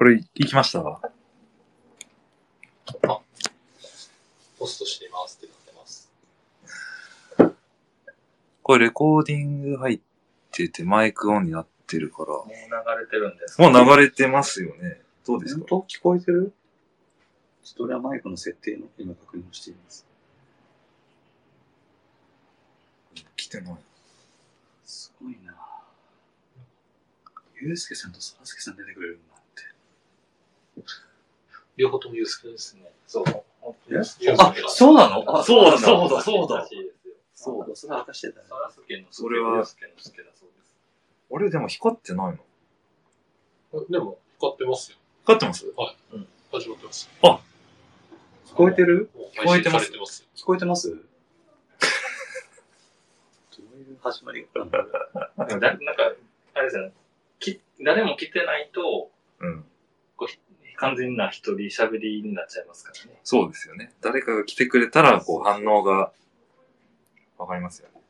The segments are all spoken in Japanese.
これ、行きました？ ポストしていますってなってます。 これレコーディング入っててマイクオンになってるから。 もう流れてるんですか？ もう流れてますよね。どうですか？ 聞こえてる？ちょっと俺はマイクの設定の今確認をしています。 来てない。 すごいな。ゆうすけさんとそらすけさん出てくれるんだって。 両方ともユースケですね。 そう。 あ、そうなの？あ、 そうだ。 そうだ。 そうだ。 そうだ、それ明かしてたね。 そらすけのそれは、 ユースケのすけだそうです。 俺でも光ってないの？ でも、光ってますよ。 光ってます？ はい。うん。始まってます。 あ、 聞こえてる？ 聞こえてます。 聞こえてます？どういう始まりがあるんだろう。 でもなんか、あれですよね。誰も来てないと、 うん。 こう完全な一人喋りになっちゃいますからね。 そうですよね。誰かが来てくれたら、こう反応がわかりますよね。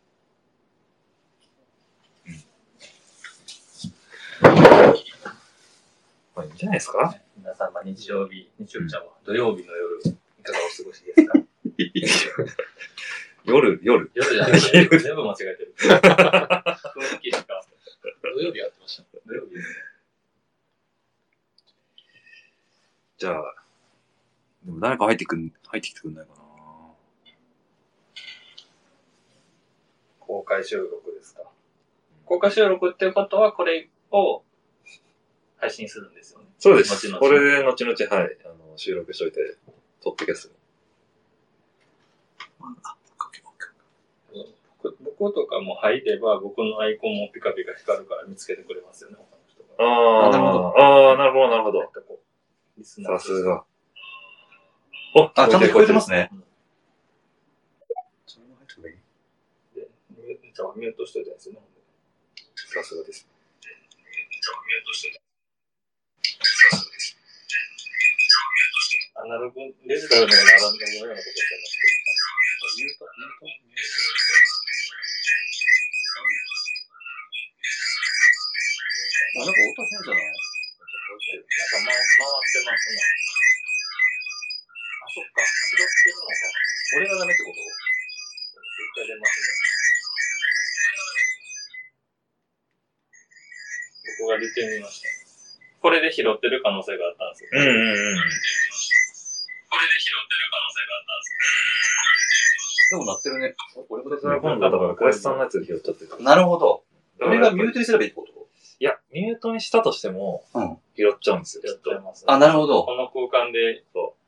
まあいいんじゃないですか？ 皆さん、日曜日ちゃんは土曜日の夜、いかがお過ごしですか？ 夜じゃない。全部間違えてる。雰囲気しか。 土曜日やってました。 土曜日ですね。 じゃあ、でも誰か入ってきてくんないかな。 公開収録ですか。公開収録っていうことは、これを配信するんですよね。 そうです。 後々 これで後々、はい、収録しといて、撮ってけする。 僕とかも入れば、僕のアイコンもピカピカ光るから見つけてくれますよね、他の人が。 なるほど。なるほど。さすが。 お、ちゃんと聞こえてますね。 それも入ってくればいい？で、ミュートしといたんですよね。 さすがです。 アナログ、デジタルのようなことをしてますけど。 なんか音変じゃない？ なんか回ってますね。あ、そっか。拾ってるのか。 俺がダメってこと？ 一回出ますね。僕が出てみました。これで拾ってる可能性があったんですよ。これで拾ってる可能性があったんですよ。 でも鳴ってるね。俺もそれは今度だから、小林さんのやつで拾っちゃってる。 なるほど。俺がミュートにすればいいってこと？ いや、ミュートにしたとしても、拾っちゃうんですよ。 拾っちゃいます、ね。 あ、なるほど。 この空間で、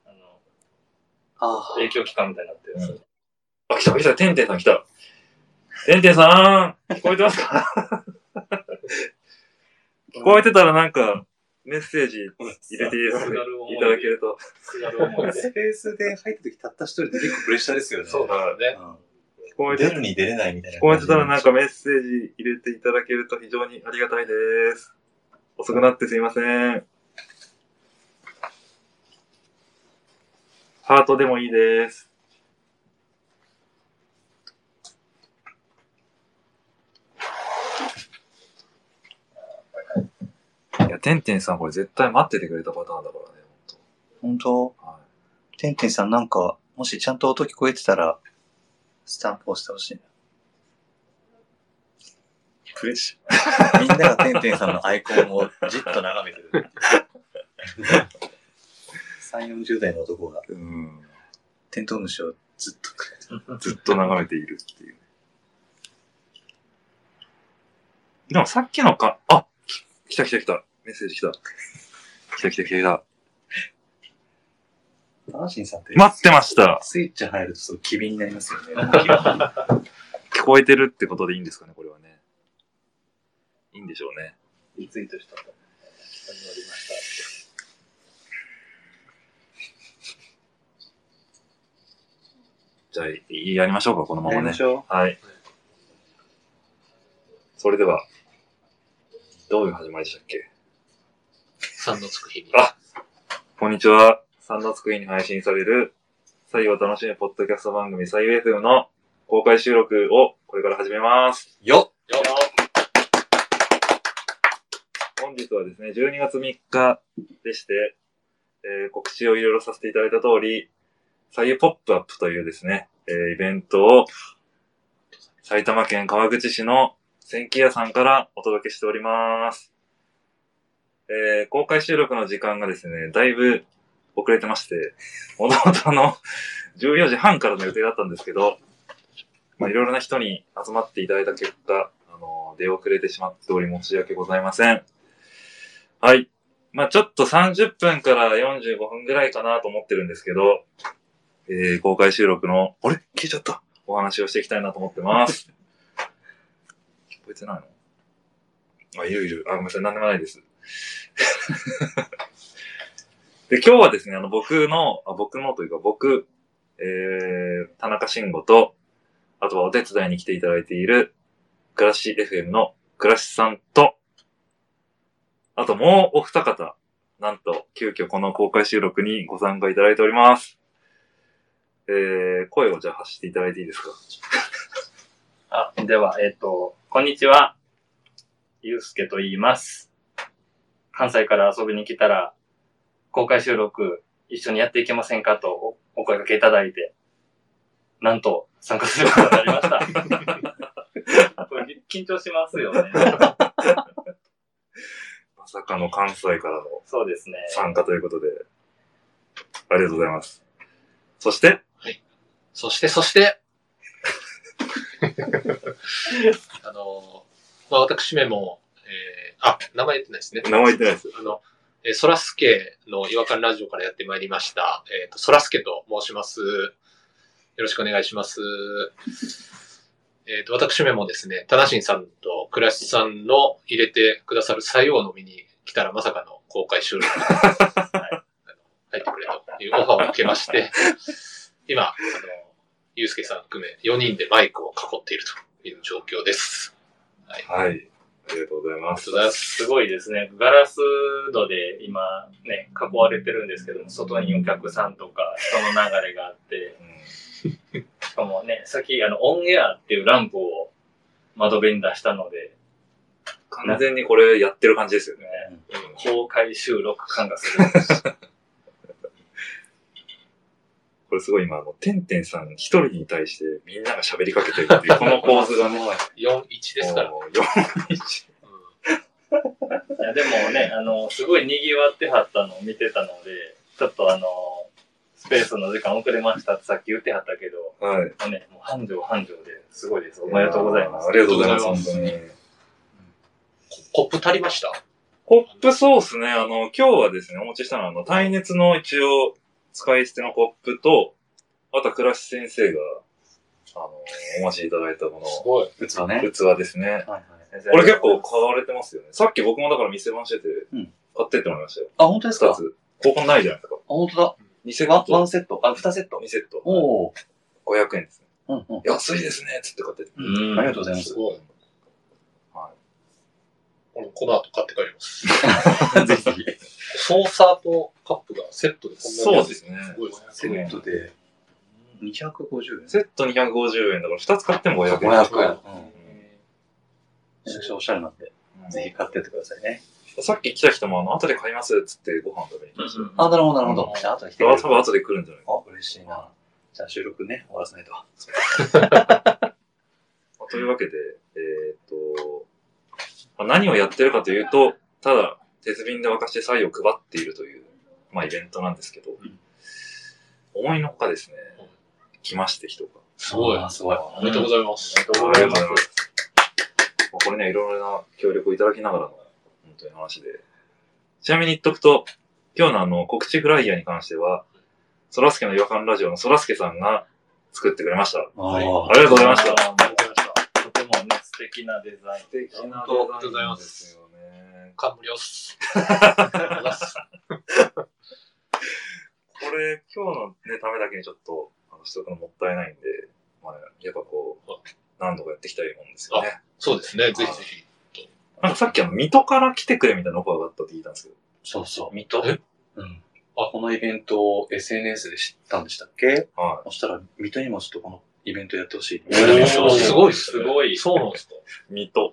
影響期間みたいになってるんですよ。 あ、来た、てんてんさん来た。てんてんさん聞こえてますか？聞こえてたらなんか、メッセージ入れていただけると。 スペースで入った時たった一人で結構プレッシャーですよね。 そうだね。 聞こえてるに出れないみたいな。 聞こえてたらなんかメッセージ入れていただけると非常にありがたいです。遅くなってすいません。ハートでもいいです。いや、てんてんさんこれ絶対待っててくれたパターンだからね、 本当？はい。てんてんさんなんか、もしちゃんと音聞こえてたら、スタンプ押してほしいな。プレッシャー。みんながてんてんさんのアイコンをじっと眺めてる。3、40代の男が、テントウムシをずっと眺めているっていう。でもさっきの来た。メッセージ来た。来た。 タナシンさんって待ってました。 スイッチ入るとすごい機敏になりますよね。 聞こえてるってことでいいんですかね、これはね。いいんでしょうね。 リツイートしたと。始まりました。 じゃあ、やりましょうか、このままね。 やりましょう。はい。それでは、どういう始まりでしたっけ 3のつく日に。 こんにちは。3のつく日に配信される、左右を楽しむポッドキャスト番組、左右 FM の公開収録をこれから始めます。 よっ本日日はですね、12月3日でして、告知をいろいろさせていただいた通り、左右ポップアップというですね、イベントを埼玉県川口市の千木屋さんからお届けしております。公開収録の時間がですね、だいぶ遅れてまして、もともと14時半からの予定だったんですけど、まあ、いろいろな人に集まっていただいた結果、出遅れてしまっており申し訳ございません。はい。まあ、ちょっと30分から45分ぐらいかなと思ってるんですけど、公開収録の、あれ消えちゃった。お話をしていきたいなと思ってます。聞こえてないの？あ、いる。あ、ごめんなさい。なんでもないです。で、今日はですね、僕のというか田中慎吾と、あとはお手伝いに来ていただいている、暮らし FM の暮らしさんと、あともうお二方、なんと、急遽この公開収録にご参加いただいております。声をじゃあ発していただいていいですか？ では、こんにちは。ゆうすけと言います。関西から遊びに来たら、公開収録一緒にやっていけませんかとお声掛けいただいて、なんと参加することになりました。これ緊張しますよね。 まさかの関西からのそうですね。 参加ということで、ありがとうございます。そしてはい。そして私めも、名前言ってないですね。 名前言ってないです。 そらすけの違和感ラジオからやってまいりました。そらすけと申します。よろしくお願いします。私めもですね、たなしんさんとくらしさんの入れてくださる採用を飲みに来たらまさかの公開収録に、入ってくれというオファーを受けまして、今、ゆうすけさん含め4人でマイクを囲っているという状況です。 はい。はい。ありがとうございます。 すごいですね。ガラス戸で今ね、囲われてるんですけども、外にお客さんとか人の流れがあって、しかもね、さっきオンエアっていうランプを窓辺に出したので、 完全にこれやってる感じですよね。 公開収録感がする。 これすごい今、てんてんさん一人に対してみんなが喋りかけてるっていう、この構図がね。 4-1ですから。 4-1。 いやでもね、すごい賑わってはったのを見てたので、ちょっとスペースの時間遅れましたってさっき言ってはったけど、 はい。 ね、もう繁盛ですごいです。おめでとうございます。 ありがとうございます、本当に。 コップ足りました？ コップそうですね、今日はですね、お持ちしたのは、耐熱の一応、使い捨てのコップと、あとは倉石先生が、お持ちいただいたもの。 すごい。 器ね。 器ですね。 はいはい。 これ結構買われてますよね。さっき僕もだから店番してて、買ってってもらいましたよ。 あ、本当ですか？ 2つ。ここないじゃないですか。 あ、本当だ。 2セット。 ワンセット。あ、2セット。 2セット。 おー。 500円ですね。 うんうん。 安いですねつって買ってて。 ありがとうございます。 すごい。 はい。 この後買って帰ります。 ぜひぜひ。 ソーサーとカップがセットでこんなに安い。 そうですね。 すごいですね。 セットで250円。 セット250円だから2つ買っても500円。 500円。めちゃくちゃおしゃれなんで、ぜひ買ってってくださいね。 さっき来た人も後で買いますっつってご飯食べに来ましたよ。 あ、なるほど、なるほど。じゃあ後で来てく多れる。 分後で来るんじゃないか。 あ、嬉しいな。じゃあ収録ね、終わらせないと。 というわけで、何をやってるかというと、ただ、鉄瓶で沸かして菜を配っているという、イベントなんですけど、思いのほかですね、来まして人が。 すごい。 すごい。 おめでとうございます。 ありがとうございます。これね、いろいろな協力をいただきながらの、本当に話で。ちなみに言っとくと、今日の告知フライヤーに関しては、そらすけの違和感ラジオのそらすけさんが作ってくれました。 はい。 ありがとうございました。 とてもね、素敵なデザイン。 素敵なデザインですよね。 感無量っす。 これ、今日のね、ためだけにちょっと、しとくのもったいないんで、やっぱこう、何度かやっていきたいもんですよね。 そうですね、ぜひぜひ。 なんかさっき水戸から来てくれみたいなオファーがあったって聞いたんですけど。 そうそう。 水戸？ うん。あ、このイベントを SNS で知ったんでしたっけ？ はい。 そしたら、水戸にもちょっとこのイベントやってほしい。 すごいっす。 すごい。 そうなんですか。 水戸。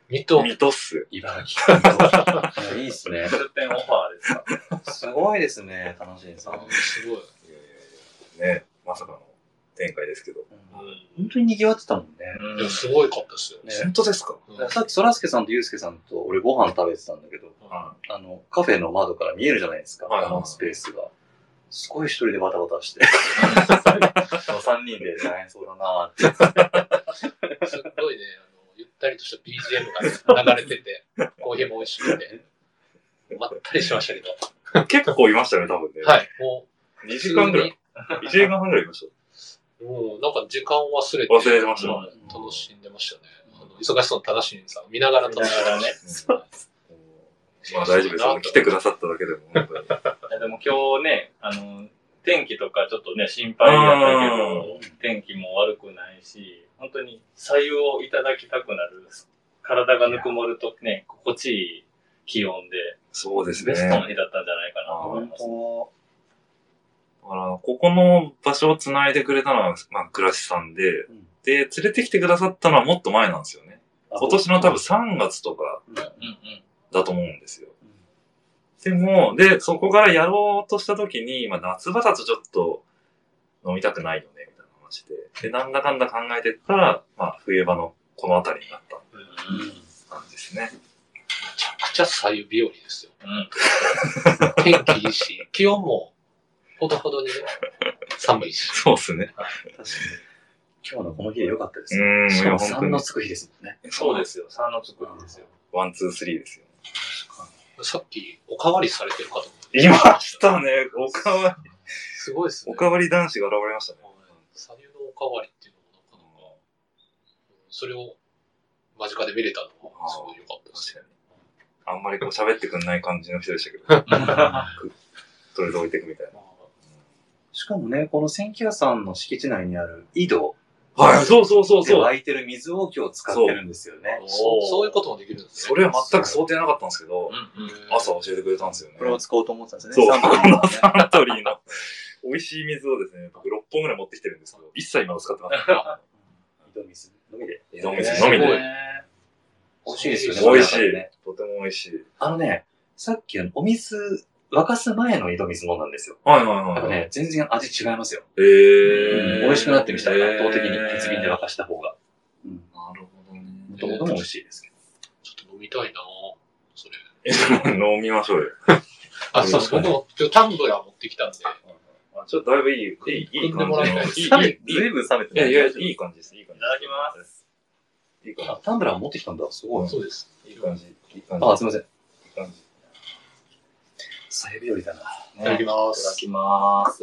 水戸。 水戸っす。 茨城県と。いや、いいっすね。 出店オファーですか？ すごいですね、楽しいさん。 すごい。 ね、まさかの展開ですけど。 本当に賑わってたもんね。 いや、すごいかったですよ。 ね本当ですか？ さっき、そらすけさんとゆうすけさんと俺ご飯食べてたんだけど、 はカフェの窓から見えるじゃないですか、 はいスペースが。すごい一人でバタバタして。3人で大変そうだなーって。 すっごいね、ゆったりとした BGM が流れてて、コーヒーも美味しくて、まったりしましたけど。 い。結構いましたね、多分ね。 はい、もう、 2時間ぐらい。1時間半ぐらいいました。 もうなんか時間忘れて、 忘れてましたはい楽しんでましたね。忙しそうな正しいさんを見ながら楽しんでましたね。 まあ大丈夫ですよ。来てくださっただけでも、本当に。 いやでも今日ね、天気とかちょっとね、心配だったけど、天気も悪くないし、本当に白湯をいただきたくなる、体がぬくもるとね、心地いい気温で、 そうですね。 ベストの日だったんじゃないかなと思い本ます。 当だから、ここの場所を繋いでくれたのは、まあ、倉石さんで、で、連れてきてくださったのはもっと前なんですよね。今年の多分3月とかうんうん。 だと思うんですよ。でも、で、そこからやろうとした時に、まあ、夏場だとちょっと飲みたくないよね、みたいな話で。で、なんだかんだ考えてったら、まあ、冬場のこの辺りになった感じですね。 めちゃくちゃ左右日和ですよ。 うん。 天気いいし、気温もほどほどにね、寒いし。 そうですね。 確かに。今日のこの日で良かったですうんね。しかもいや本当に 3のつく日ですもんね。 そうですよ。3の作りですよ。 ワン、ツー、スリーですよ。 さっきおかわりされてる方もいましたね。おかわり、 すごいですね。 おかわり男子が現れましたね。 左右のおかわりっていうのもなかなか、それを間近で見れたのはすごい良かったですね。 あんまりこう喋ってくんない感じの人でしたけど、とりあえず置いていくみたいな。 しかもね、この千家さんの敷地内にある井戸はい、そうそうそうでそう。 湧いてる水を今日使ってるんですよね。 そういうこともできるんですね。 それは全く想定なかったんですけど、 うん朝教えてくれたんですよね。 これを使おうと思ってたんですよね。 そう、 サントリーのねサントリーの美味しい水をですね、僕6本ぐらい持ってきてるんですけど、一切今は使ってません。 井戸水のみで。 井戸水のみで。 美味しいですよね。 美味しいね。。 とても美味しい。 さっきお水沸かす前の井戸水飲んだんですよ。 はいはいはい。 やっぱね、全然味違いますよ。 美美味しくなってみたい。圧倒的に鉄瓶で沸かした方が。 なるほどね。 もともとも美味しいですけど。 ちょっと飲みたいなぁそれ。 飲みましょうよ。 あ、そうです。僕も今日タンブラー持ってきたんで、 ちょっとだいぶいい組んで感じの。 もらいたいです。 いいずいぶん冷めてない。 いや、いい感じです。いい感じ。 いただきます。 いい感あ、タンブラー持ってきたんだ。すごい。 そうです。 じ。いい感じ。いい感じ。 あ、すいません。 いい感じ。 さえ日和だな。 いただきまいただす。 きます。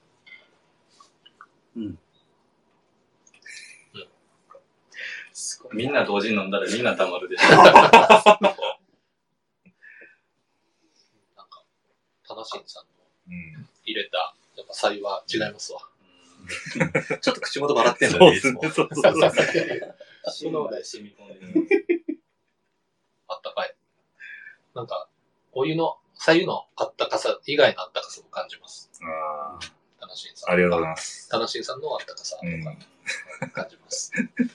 すごい。 みんな同時に飲んだらみんな溜まるでしょ。 なんか、タナシンさんのうん。 入れた、やっぱ白湯は違いますわ。 ちょっと口元笑ってんだよね、いつも。 そうですね。そうそうそう。 死ので染み込んでる。 あったかい。なんか、お湯の、白湯のあったかさ以外のあったかさも感じます。 あタナシンさん。 ありがとうございます。 タナシンさんのあったかさとうんか感じます。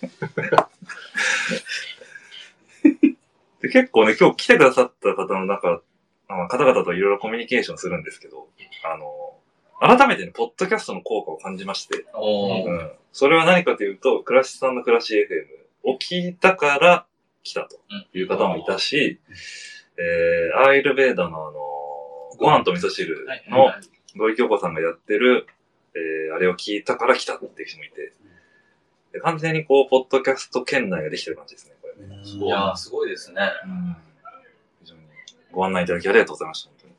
で結構ね、今日来てくださった方の中、方々といろいろコミュニケーションするんですけど、改めてね、ポッドキャストの効果を感じまして、 おー。 うん。それは何かというと、倉石さんの暮らし FM を聞いたから来たという方もいたし、アイルベーダのご飯と味噌汁の土井京子さんがやってる、あれを聞いたから来たっていう人もいて、で完全にこう、ポッドキャスト圏内ができてる感じですね、これね。 いやー、すごいですね。 うん。非常にご案内いただきありがとうございました、本当に。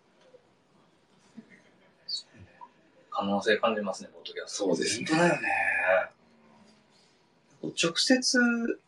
可能性感じますね、ポッドキャスト。 そうです本当だよね。直接、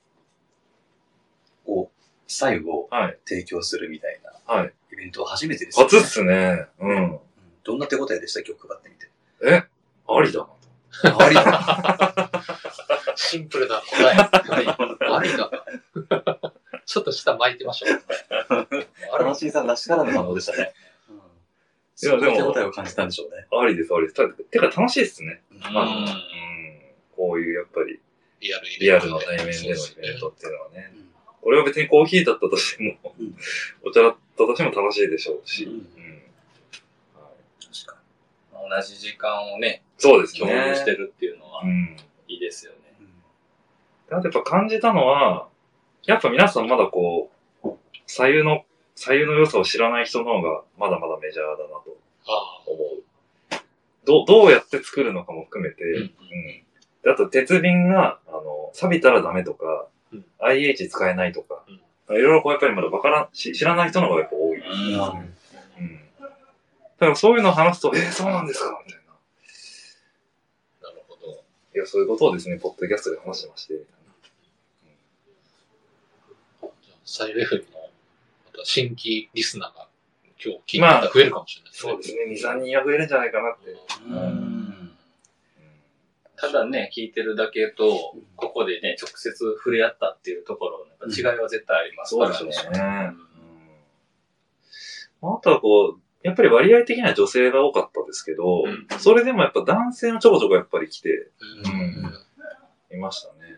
こう、最後、 はい。 提供するみたいなはい。 イベントは初めてですよね。 初っすね。うん。 どんな手応えでした今日配ってみて。 ありだなと。 ありだ。 シンプルな答え。ありだな。ちょっと下巻いてましょう。 楽しいさんらしからぬ反応でしたね。 いやでも手応えを感じたんでしょうね。 ありです、ありです。てか楽しいっすね。 うん。 まずこういうやっぱり、 リアルリアルの対面でのイベントっていうのはね。こ俺は別にコーヒーだったとしても、 うんお茶だったとしても楽しいでしょうし。 うんうん確か同じ時間をね、 そうですね。 共有してるっていうのはうん。 いいですよね。 に。 あとやっぱ感じたのは、やっぱ皆さんまだこう、左右の良さを知らない人の方がまだまだメジャーだなとあ思う。どうやって作るのかも含めて、 うんうんであと鉄瓶が、錆びたらダメとか、 うん IH 使えないとか、 うんいろいろこうやっぱりまだ知らない人の方がやっぱ多い。 うんうん。だからそういうのを話すと、そうなんですかみたいな。 あ、なるほど。 いや、そういうことをですね、ポッドキャストで話してまして、みたいな。 じゃあ、サイレフの、また新規リスナーが今日聞いてたら増えるかもしれないですね。 そうですね、2、3人は増えるんじゃないかなって。 うんただね、聞いてるだけと、ここでね、直接触れ合ったっていうところの違いは絶対ありますからね。 そうでしょうね。あとはこう、やっぱり割合的には女性が多かったですけど、 うんそれでもやっぱ男性もちょこちょこやっぱり来てうんいましたね。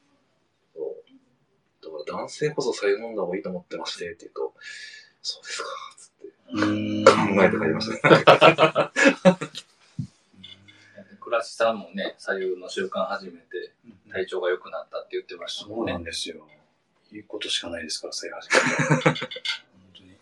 そうだから男性こそ白湯飲んだ方がいいと思ってましてって言うと、そうですか、つって考えて帰りましたね。 倉石さんもね、左右の習慣始めて、体調が良くなったって言ってましたもんね。 そうなんですよ。いいことしかないですから、そういう始めたら。本当に。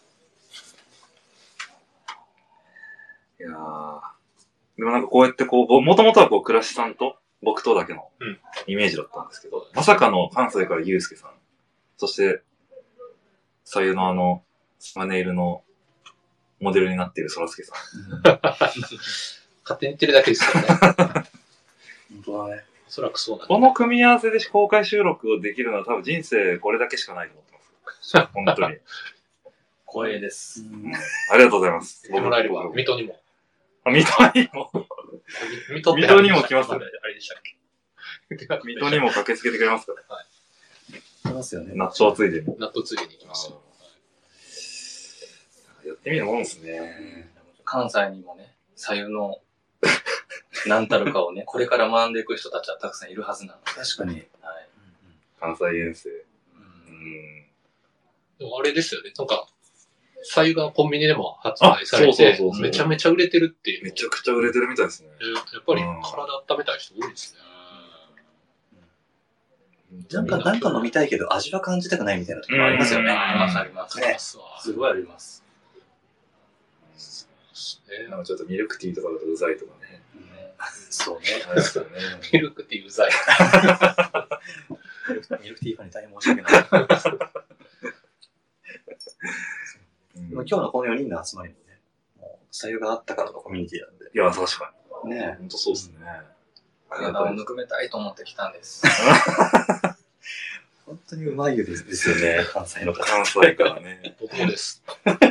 いやーでもなんかこうやってこう、もともとはこう、倉石さんと僕とだけのうんイメージだったんですけど、まさかの関西からゆうすけさん、そして、左右のサムネイルのモデルになっているそらすけさん。 勝手に言ってるだけですからね。 本当だね。 おそらくそうなんだ。 この組み合わせで公開収録をできるのは多分人生これだけしかないと思ってます。本当に。 光栄です。 ありがとうございます。 言ってもらえれば、水戸にも。 水戸にも、 水戸って水戸にも来ますあれでしたっけ水戸にも駆けつけてくれますから。 いますよね。 納豆ついでに。 納豆ついでに行きますよ。 やってみるもんですね。 関西にもね、左右の何たるかをね、これから学んでいく人たちはたくさんいるはずなので。 確かに。 はい。 関西遠征。 でもあれですよね。なんか、左右がコンビニでも発売されてそう、 めちゃめちゃ売れてるっていう。 めちゃくちゃ売れてるみたいですね。 やっぱり体温めたい人多いですね。 なんか飲みたいけど味は感じたくないみたいな時もありますよね。 あります、あります。 ありますわ。 すごいあります。 なんかちょっとミルクティーとかだとうざいとかね。 そうね。 あれですよね。 ミルクってうざい。 ミルクティーファンに大変申し訳ない。今日のこの4人の集まりもね、もう、左右があったからのコミュニティなんで。 いや、確かに。 ねほんとそうですね。 体をぬくめたいと思ってきたんです。 本当にうまいですよね、関西の方。 関西からね。 僕もです。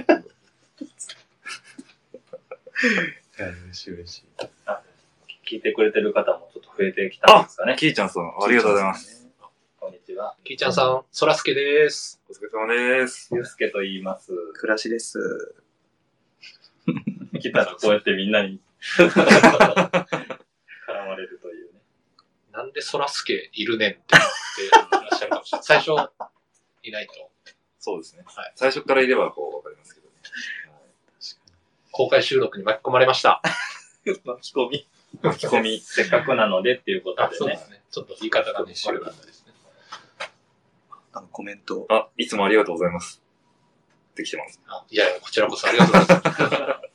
嬉しい嬉しい。 聞いてくれてる方もちょっと増えてきたんですかね。 キーちゃんさん、ありがとうございます。 こんにちは。 キーちゃんさん、そらすけです。 お疲れ様です。 ゆうすけと言います。 暮らしです。 来たらこうやってみんなに絡まれるというね。 なんでそらすけいるねんって言ってらっしゃるかもしれない。最初、いないと。 そうですね。 はい最初からいればこうわかりますけどね。 公開収録に巻き込まれました。 巻き込み。 巻き込み。 せっかくなのでっていうことでね。 そうですね。ちょっと言い方がね、悪かったですね。 コメント。 あ、いつもありがとうございます。できてます。 いやいや、こちらこそありがとうございます。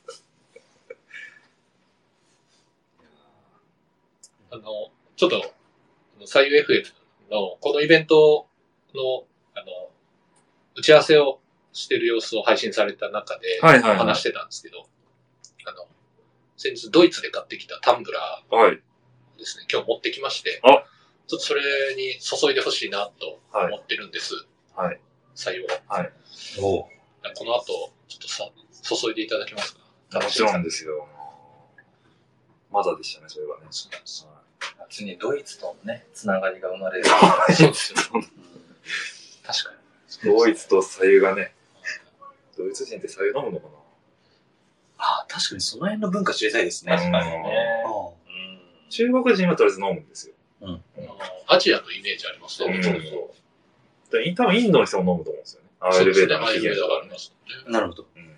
ちょっと、左右 FM のこのイベントの、打ち合わせをしてる様子を配信された中ではいはいはい話してたんですけど、先日ドイツで買ってきたタンブラはい。 ーをですね、今日持ってきまして、 あちょっとそれに注いでほしいなと思ってるんです。 はい。 左右を。 はい。 この後、ちょっと注いでいただけますか？ もちろんですよ。まだでしたね、それはね。 そうなんです。 夏にドイツとのね、つながりが生まれる。 そうですよ。確かに。 ドイツと左右がね、ドイツ人って左右飲むのかあ、確かにその辺の文化知りたいですね。 確かにね。 な。中国人はとりあえず飲むんですよ。 アジアのイメージありますね。 うんそうそう。 多分インドの人も飲むと思うんですよね。アーユルベーダのアイルベーダがあ起源とかりますもんね。 なるほど。 うん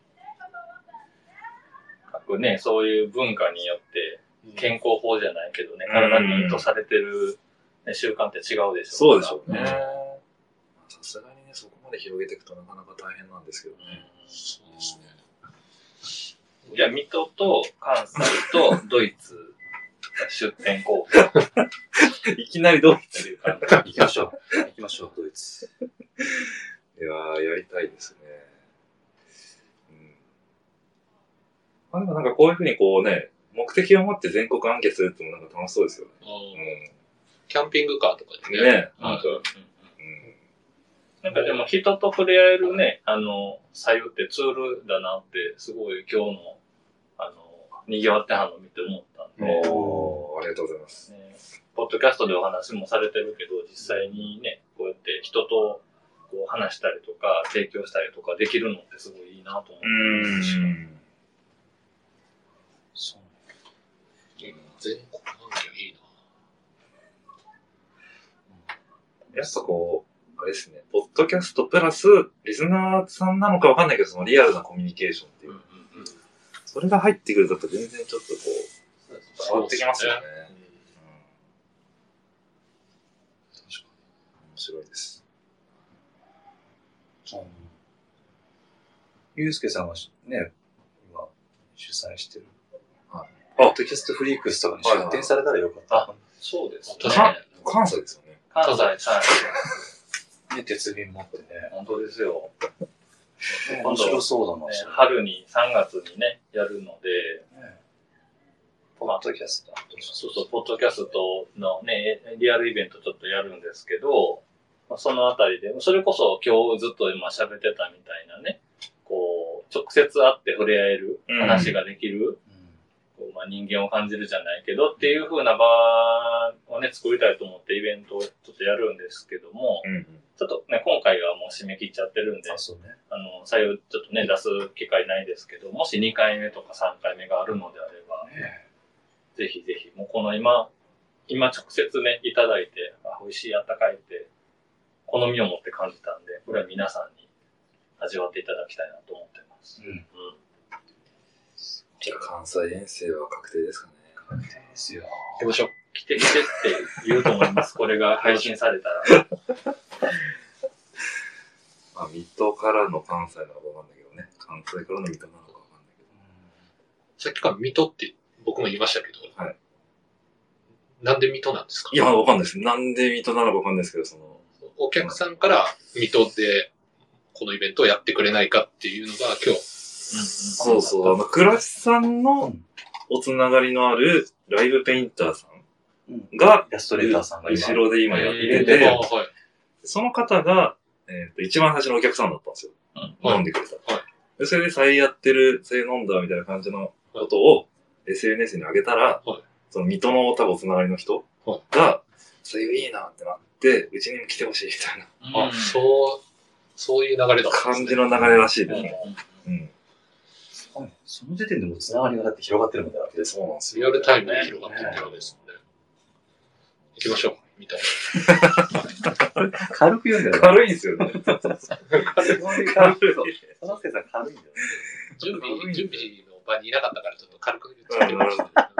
各ね、そういう文化によって健康法じゃないけどね、体にいいとされてる、ね、習慣って違うでしょそうでしょうね。 うんさすがにね、そこまで広げていくとなかなか大変なんですけどね。 そうですね。 じゃあ、水戸と関西とドイツが出店候補いきなりどうというか、 行きましょう。行きましょう、ドイツ。 いやー、やりたいですね。まあでもなんかこういうふうにこうね、目的を持って全国アンケートするってもなんか楽しそうですよね。 キャンピングカーとかでね。 ね、 はいなんか、 なんかでも人と触れ合えるね、左右ってツールだなって、すごい今日の、賑わってはんの見て思ったんで、 おー、ありがとうございます。 ね、ポッドキャストでお話もされてるけど、実際にね、こうやって人とこう話したりとか、提供したりとかできるのってすごいいいなと思って。 そう。 全国アンケートいいな。 やっぱこう、あれですね、ポッドキャストプラス、リスナーさんなのかわかんないけど、そのリアルなコミュニケーションっていう。それが入ってくると全然ちょっとこう、変わってきますよね。確かに。面白いです。 ゆうすけさんはね、今、主催してる。 ポッドキャストフリークスとかに出展されたらよかった。 そうですね。 確かに。 関西ですよね。 関西、はい。 ね、鉄瓶持ってね。 本当ですよ。 面白そうだな、 ねそれ春に、3月にね、やるので、 ねポッドキャスト。 そうそう、ポッドキャストのね、リアルイベントちょっとやるんですけど、そのあたりで、それこそ今日ずっと今喋ってたみたいなね、こう、直接会って触れ合える、話ができる、こう人間を感じるじゃないけどっていう風な場をね、作りたいと思ってイベントをちょっとやるんですけども、ちょっとね、今回がもう締め切っちゃってるんで、 そうね。 採用ちょっとね、出す機会ないですけど、もし2回目とか3回目があるのであれば、ぜひぜひ、もうこの今直接ね、いただいて、美味しいあったかいって、好みを持って感じたんで、これは皆さんに味わっていただきたいなと思ってます。 じゃあ関西遠征は確定ですかね。 確定ですよ。 行きましょう。 来て来てって言うと思います。これが配信されたら。 まあ、水戸からの関西なのかわかんないけどね。関西からの水戸なのかわかんないけど。 さっきから水戸って僕も言いましたけど、 はい。 なんで水戸なんですか？ いや、わかんないです。なんで水戸なのかわかんないですけど、 お客さんから水戸でこのイベントをやってくれないかっていうのが今日。 そうそう。倉石さんのおつながりのあるライブペインターさんが、 イラストレーターさんが今後ろで今やって入れて、 はい。 その方が、一番最初のお客さんだったんですよ。飲んでくれた。でそれでさえやってる、さえ飲んだみたいな感じのことを SNS に上げたら、その水戸の多分おつながりの人が、さえいいなってなって、うちにも来てほしいみたいな。 そういう流れだったんですね。 感じの流れらしいですね。 その時点でもつながりがだって広がってるみたいなわけで。 そうなんですリよ。 アルタイムで広がってるってわけですもんね。行きましょう、みたいな。 軽く読んでる。 軽いんですよね。 軽い。そのせいさん軽いんだよね。 準備の場にいなかったからちょっと軽く言ってましたね。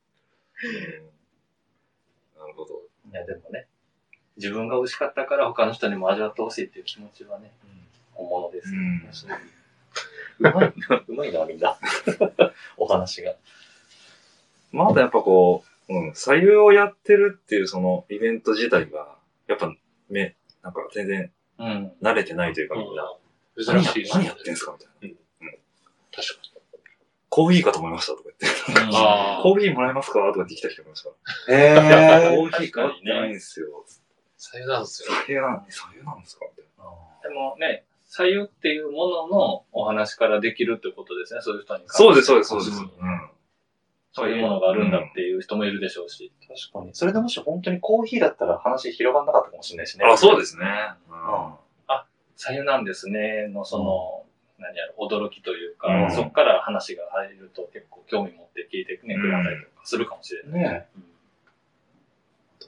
なるほど。 いや、でもね、自分が美味しかったから他の人にも味わってほしいっていう気持ちはね、本物ですよね。 うまいな、みんな。お話が。 まだやっぱこう、左右をやってるっていうそのイベント自体が、やっぱなんか全然慣れてないというかみんな。 珍しいですね。 何やってんすかみたいな。 確かに。 コーヒーかと思いましたとか言って。コーヒーもらえますかとかって来た人いました。コーヒー買ってないんですよ。 左右なんですよ。 左右なんですかみたいな。 でもね、左右っていうもののお話からできるってことですね、そういう人に。 そうです。 そういうものがあるんだっていう人もいるでしょうし。 確かに。それでもし本当にコーヒーだったら話広がんなかったかもしれないしね。 そうですね。 左右なんですね、の驚きというか、そこから話が入ると結構興味持って聞いてくれたりとかするかもしれない。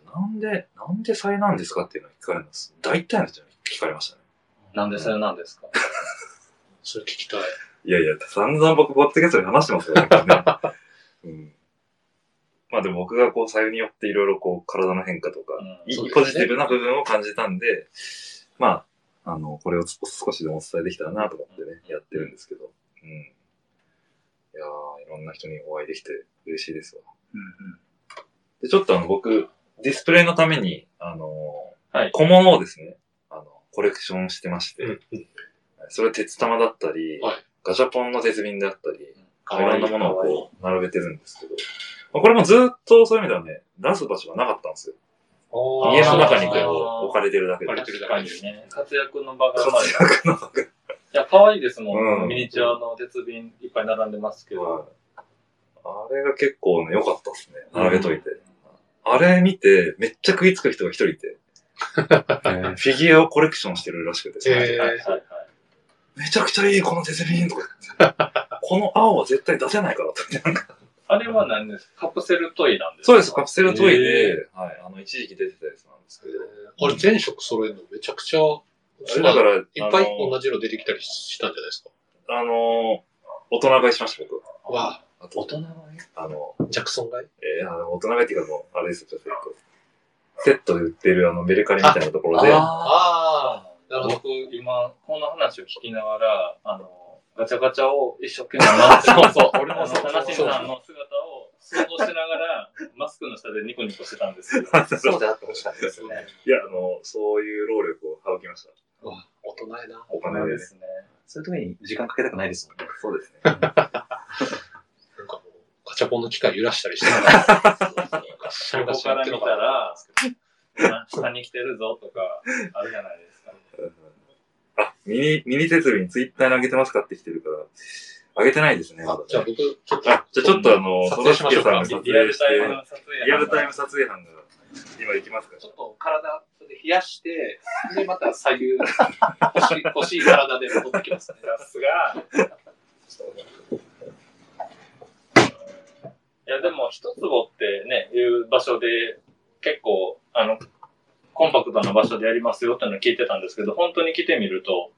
なんで災難ですかっていうのを聞かれます。大体の人に聞かれましたね。 なんでそれなんですか？ それ聞きたい。 いやいや、散々僕、ポッドキャストで話してますよね。うん。まあでも僕がこう、左右によっていろいろこう、体の変化とか、ポジティブな部分を感じたんで、まあ、これを少しでもお伝えできたらなと思ってね、やってるんですけど。うん。いやー、いろんな人にお会いできて嬉しいですわ。で、ちょっと僕、ディスプレイのために、小物をですね、コレクションしてまして、それ鉄玉だったり、ガチャポンの鉄瓶であったり、いろんなものをこう、並べてるんですけど、これもずっとそういう意味ではね、出す場所がなかったんですよ。家の中にこう、置かれてるだけで。 確かにね。活躍の場が。 活躍の場が。 いや、可愛いですもん。ミニチュアの鉄瓶いっぱい並んでますけど。 あれが結構ね、良かったですね。並べといて。あれ見て、めっちゃ食いつく人が一人いて。フィギュアをコレクションしてるらしくて。めちゃくちゃいい、この鉄瓶とか言って。この青は絶対出せないからって。 あれは何ですか？カプセルトイなんですか？ そうです、カプセルトイで、はい、一時期出てたやつなんですけど。 あれ全色揃えるのめちゃくちゃ、 だから、 いっぱい同じ色出てきたりしたんじゃないですか？ 大人買いしました、僕は。 わあと、 大人はジャクソン買い？ 大人買いっていうかもう、あれですよ、セットで売ってるメルカリみたいなところで。 なるほど。 僕、今、この話を聞きながら、ガチャガチャを一生懸命回って、そう、俺も田中さんの姿を想像しながら、マスクの下でニコニコしてたんですよ。 そうであってほしかったですよね。 いや、そういう労力を省きました。 大人やな。 お金ですね。 そういう時に時間かけたくないですもんね。 そうですね。 なんかもう、ガチャポンの機械揺らしたりしてなかった。 ここから見たら、下に来てるぞとか、あるじゃないですか。 ミニ鉄瓶ツイッターに上げてますかって来てるから、上げてないですね。 じゃあ僕、ちょっと、 じゃあちょっと撮影しましょうか。 撮影して、リアルタイム撮影班が今行きますから。 ちょっと体で冷やして、で、また左右、欲しい体で戻ってきますね。 さすが。いや、でも、一坪ってね、いう場所で、結構、コンパクトな場所でやりますよっていうのを聞いてたんですけど、本当に来てみると、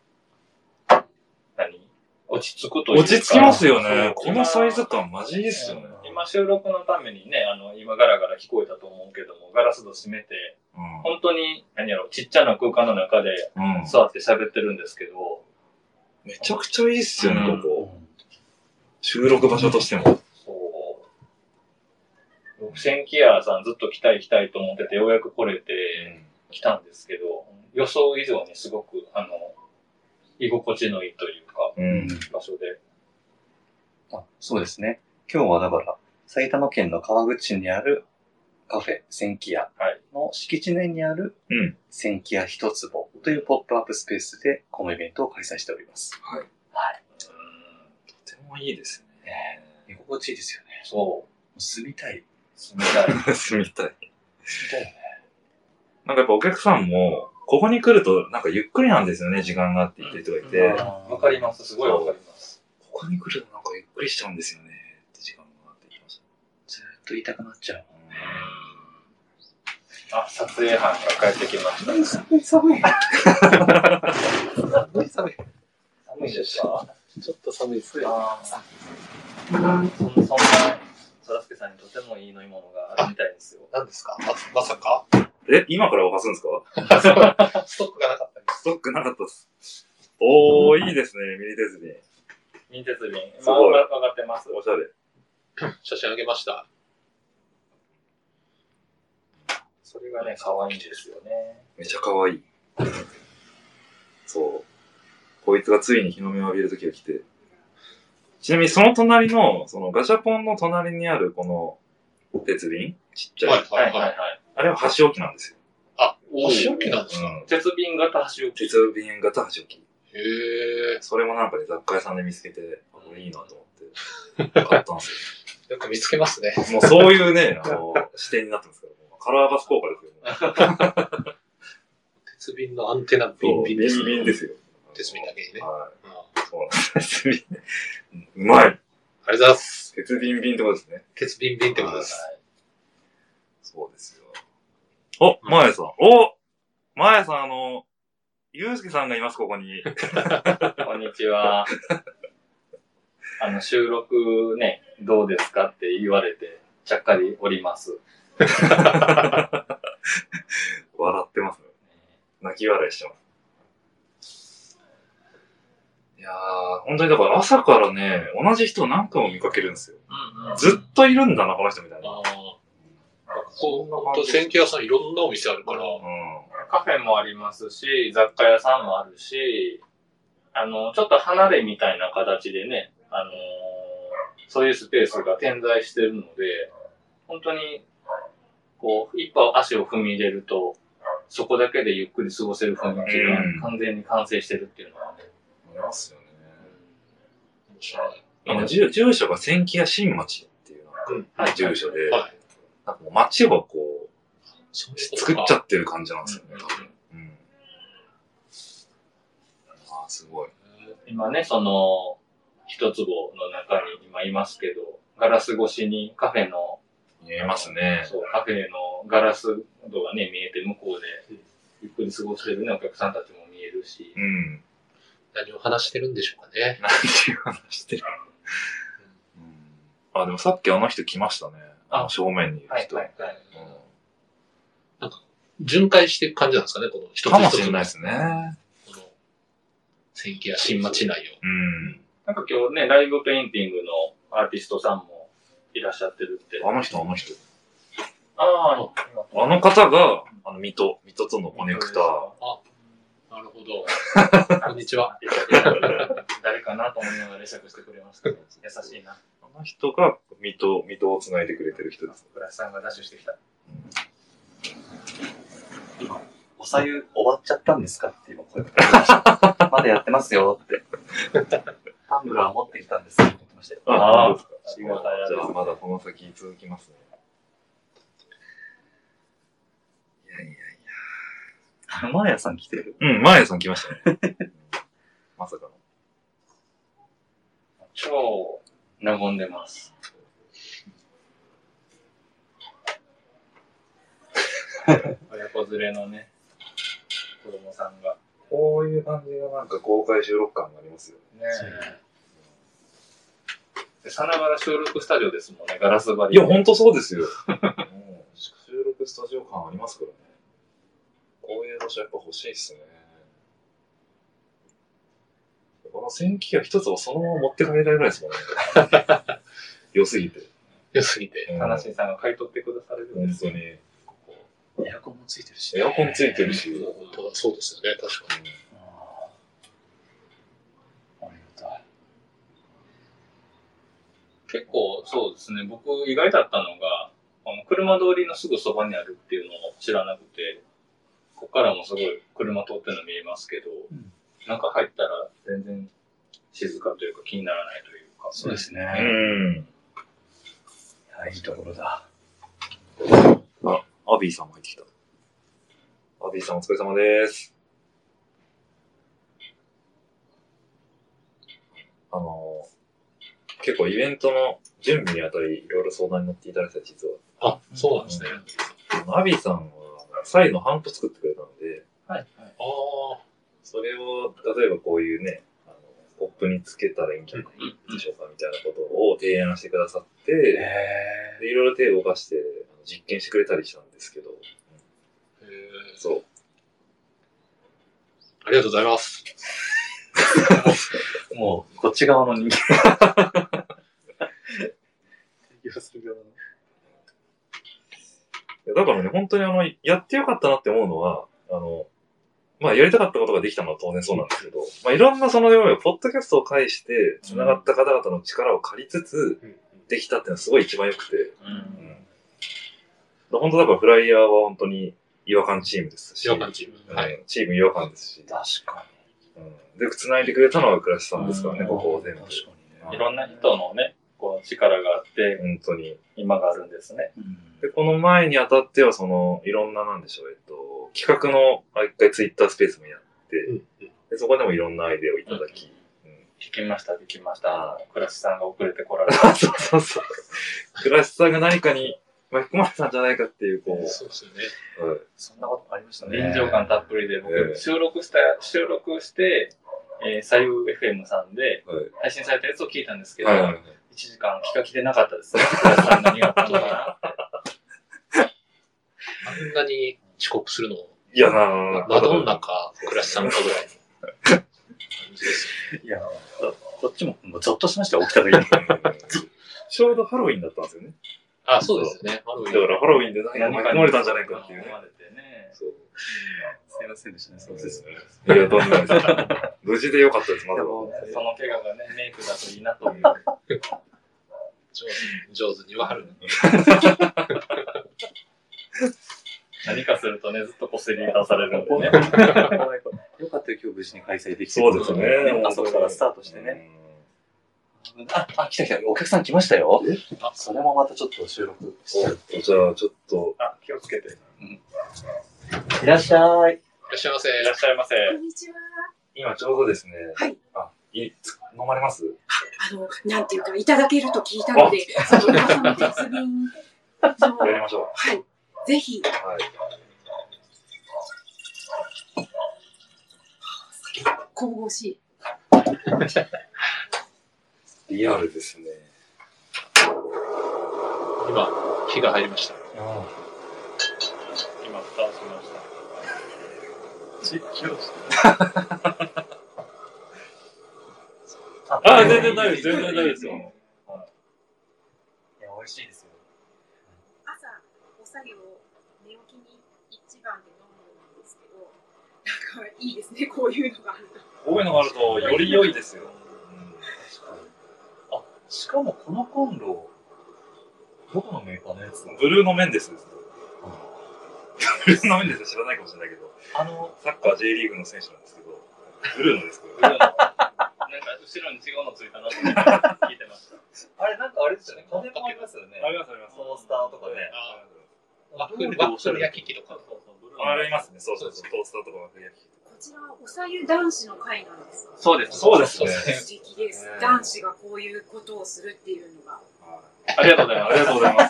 落ち着くというか。 落ち着きますよね。このサイズ感マジいいっすよね。 今収録のためにね、今ガラガラ聞こえたと思うけども、ガラス戸閉めて、本当に、ちっちゃな空間の中で座って喋ってるんですけど、 めちゃくちゃいいっすよね、ここ。収録場所としても。 千キヤさんずっと来たいと思ってて、ようやく来れて来たんですけど、予想以上にすごく、居心地のいいというか、場所で。 そうですね。今日はだから、埼玉県の川口市にあるカフェ千キヤの敷地内にある千キヤ一坪というポップアップスペースでこのイベントを開催しております。 はい。 はい。 とてもいいですね。 居心地いいですよね。 そう。 住みたい。 住みたい。住みたいよね。なんかやっぱお客さんも、ここに来るとなんかゆっくりなんですよね、時間があって言ってる人がいて。 わかります。すごいわかります。 ここに来るとなんかゆっくりしちゃうんですよね、って時間があって言ってました。 ずっと言いたくなっちゃう。 撮影班が帰ってきました。 寒い。 寒いですか？ ちょっと寒いですね。 そんな、そらすけさんにとてもいい飲み物があるみたいですよ。 何ですか？まさか？ 今から沸かすんですか？ストックがなかったです。 ストックなかったです。おー、いいですね、ミニ鉄瓶。 ミニ鉄瓶。 すごい。 わかってます。 おしゃれ。 写真あげました。 それがね、可愛いんですよね。 めちゃ可愛い。そう。こいつがついに日の目を浴びる時が来て。ちなみにその隣の、そのガチャポンの隣にあるこの鉄瓶ちっちゃい。 はい。 あれは箸置きなんですよ。 箸置きなんですか？ 鉄瓶型箸置き。 鉄瓶型箸置き。 へー。 それもなんかね、雑貨屋さんで見つけて、これいいなと思って、買ったんですよ。よく見つけますね。 もうそういうね、視点になってますから、カラーバス効果ですよ。 鉄瓶のアンテナビンですね。 ビンですよ。 鉄瓶だけにね。 はい。そうなんです。鉄瓶。うまい。 ありがとうございます。 鉄瓶ってことですね。 鉄瓶ってことです。 そうですよ。 お、まやさん。おまやさん、ゆうすけさんがいます、ここに。 こんにちは。収録ね、どうですかって言われて、ちゃっかりおります。 笑ってますね。泣き笑いしてます。いやー、本当にだから朝からね、同じ人を何回も見かけるんですよ。ずっといるんだな、この人みたいな。 ここ、千家屋さんいろんなお店あるから。 カフェもありますし、雑貨屋さんもあるし、ちょっと離れみたいな形でね、そういうスペースが点在してるので、本当に、こう、一歩足を踏み入れると、そこだけでゆっくり過ごせる雰囲気が完全に完成してるっていうのはね。 ありますよね。面白い。住所が千家屋新町っていう住所で、なんかもう街をこう、作っちゃってる感じなんですよね、多分。ああ、すごい。 今ね、一坪の中に今いますけど、ガラス越しにカフェの、 見えますね。 そう、カフェのガラス戸がね、見えて向こうで、ゆっくり過ごしてるね、お客さんたちも見えるし。 何を話してるんでしょうかね。 何を話してる。あ、でもさっきあの人来ましたね。正面にいる人。 なんか、巡回していく感じなんですかね、この一つ一つ。 かもしれないですね。 この、千家屋新町内を。 なんか今日ね、ライブペインティングのアーティストさんもいらっしゃってるって。 あの人。 あの方が、水戸とのコネクター。 あ、なるほど。こんにちは。 誰かなと思いながら会釈してくれましたけど、優しいな。 あの人が水戸を繋いでくれてる人です。 倉石さんがダッシュしてきた。 今、おさゆ終わっちゃったんですかって今声かけました。まだやってますよって。タンブラー持ってきたんですって言ってましたよ。 ああ、 ありがたい。じゃあまだこの先続きますね。 マーヤさん来てる？ マーヤさん来ましたね。まさかの。 超和んでます。親子連れのね、子供さんが。 こういう感じがなんか公開収録感がありますよね。 さながら収録スタジオですもんね、ガラス張り。 いや、ほんとそうですよ。収録スタジオ感ありますからね。こういう場所やっぱ欲しいっすね。この千家屋一つをそのまま持って帰れないぐらいですもんね。良すぎて。 良すぎて。 話しさんが買い取ってくだされるんです本当に。 エアコンもついてるし。 エアコンついてるし。 本当だ、そうですよね、確かに。 ありがたい。 結構そうですね、僕意外だったのが、車通りのすぐそばにあるっていうのを知らなくて、ここからもすごい車通ってるの見えますけど、中入ったら全然静かというか気にならないというか。 そうですね。いいところだ。 アビーさんも入ってきた。アビーさんお疲れ様です。結構イベントの準備にあたりいろいろ相談に乗っていただいた実は。 あ、そうなんですね。 アビーさんはサイのハンコ作ってくれたので、それを例えばこういうね、ポップにつけたらいいんじゃないでしょうかみたいなことを提案してくださって、でいろいろ手を動かして実験してくれたりしたんですけど、そう。 ありがとうございます。 もう、こっち側の人間。 だからね、本当にやってよかったなって思うのは、まあ、やりたかったことができたのは当然そうなんですけど、まあ、いろんなポッドキャストを介して、繋がった方々の力を借りつつ、できたっていうのはすごい一番良くて、本当だからフライヤーは本当に違和感チームですし、 違和感チーム。 はい。チーム違和感ですし、 確かに。で、繋いでくれたのは倉石さんですからね、ここを全部。 確かにね。 いろんな人のね、こう力があって、 本当に。 今があるんですね。 で、この前にあたっては、いろんな、なんでしょう、企画の、一回ツイッタースペースもやって、でそこでもいろんなアイデアをいただき。 聞きました。倉石さんが遅れてこられた。 そう。倉石さんが何かに巻き込まれたんじゃないかっていう、 そうですよね。 そんなこともありましたね。 臨場感たっぷりで、僕、収録して、左右 FM さんで配信されたやつを聞いたんですけど、1時間聞かきてなかったですね。何があったのかなって。 あんなに遅刻するの、 いやマドンナか、倉石さんかぐらいの感じですよね。 いや、こっちもゾッとしましたよ、起きた時に。 ちょうどハロウィンだったんですよね。 あ、そうですね。ハロウィン。 だからハロウィンで何か巻き込まれたんじゃないかっていうね。 すいませんでしたね、そうですね。 いや、とんでもないです。無事でよかったです、まだ。 その怪我がね、メイクだといいなという。 上手にはある。 何かするとね、ずっとこすり出されるんでね。 よかったよ、今日無事に開催できて。 そうですね。 あそこからスタートしてね。来た。お客さん来ましたよ。それもまたちょっと収録しちゃう。 じゃあ、ちょっと。 気をつけて。 いらっしゃい。 いらっしゃいませ。 いらっしゃいませ。 こんにちは。 今ちょうどですね。 はい。 飲まれます？ なんていうか、いただけると聞いたので、その皆様鉄瓶。 やりましょう。 はい。ぜひ。はい。神々しい。 リアルですね。 今、火が入りました。 今、蓋をしました。実況して。 全然ないです。全然ないですよ。いや、 美味しいですよ。 朝、お作業、寝起きに一番で飲むんですけど、なんかいいですね、こういうのがあると。 こういうのがあると、より良いですよ。 しかもこのコンロ、どこのメーカーのやつ？ ブルーの面です。ブルーの面です。知らないかもしれないけど。サッカー J リーグの選手なんですけど、ブルーのです。 なんか後ろに違うのついたなって聞いてました。 あれなんかあれですよね。家電もありますよね。 あります。 トースターとかね。 ワッフル焼き器とか。 ありますね。そう。トースターとかワッフル焼き器。 こちらはおさゆ男子の会なんですか？ そうです。 そうですね。 素敵です。男子がこういうことをするっていうのが。 ありがとうございます。 ありがとうございます。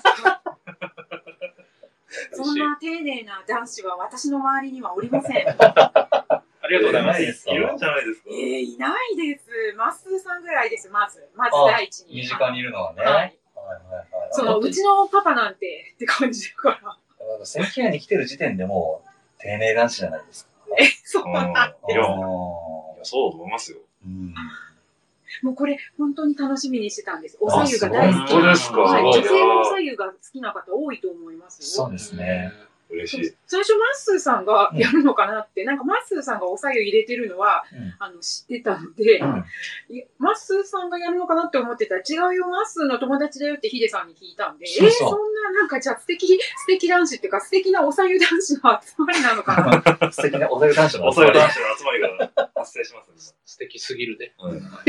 そんな丁寧な男子は私の周りにはおりません。 ありがとうございます。 いるんじゃないですか？ いないです。まっすーさんぐらいです。まず第一に。 身近にいるのはね。 はい。うちのパパなんてって感じだから。 千家屋に来てる時点でもう丁寧男子じゃないですか。 そうなんです。 そう思いますよ。 もうこれ本当に楽しみにしてたんです。おさゆが大好き。 本当ですか？ 女性のおさゆが好きな方多いと思いますよ。 そうですね。 嬉しい。 最初、マッスーさんがやるのかなって、なんかマッスーさんがおさゆ入れてるのは、知ってたので、マッスーさんがやるのかなって思ってたら、違うよ、マッスーの友達だよってヒデさんに聞いたんで、そんななんかじゃあ素敵男子っていうか、素敵なおさゆ男子の集まりなのかな。素敵なおさゆ男子の集まりが発生しますね。 素敵すぎるね。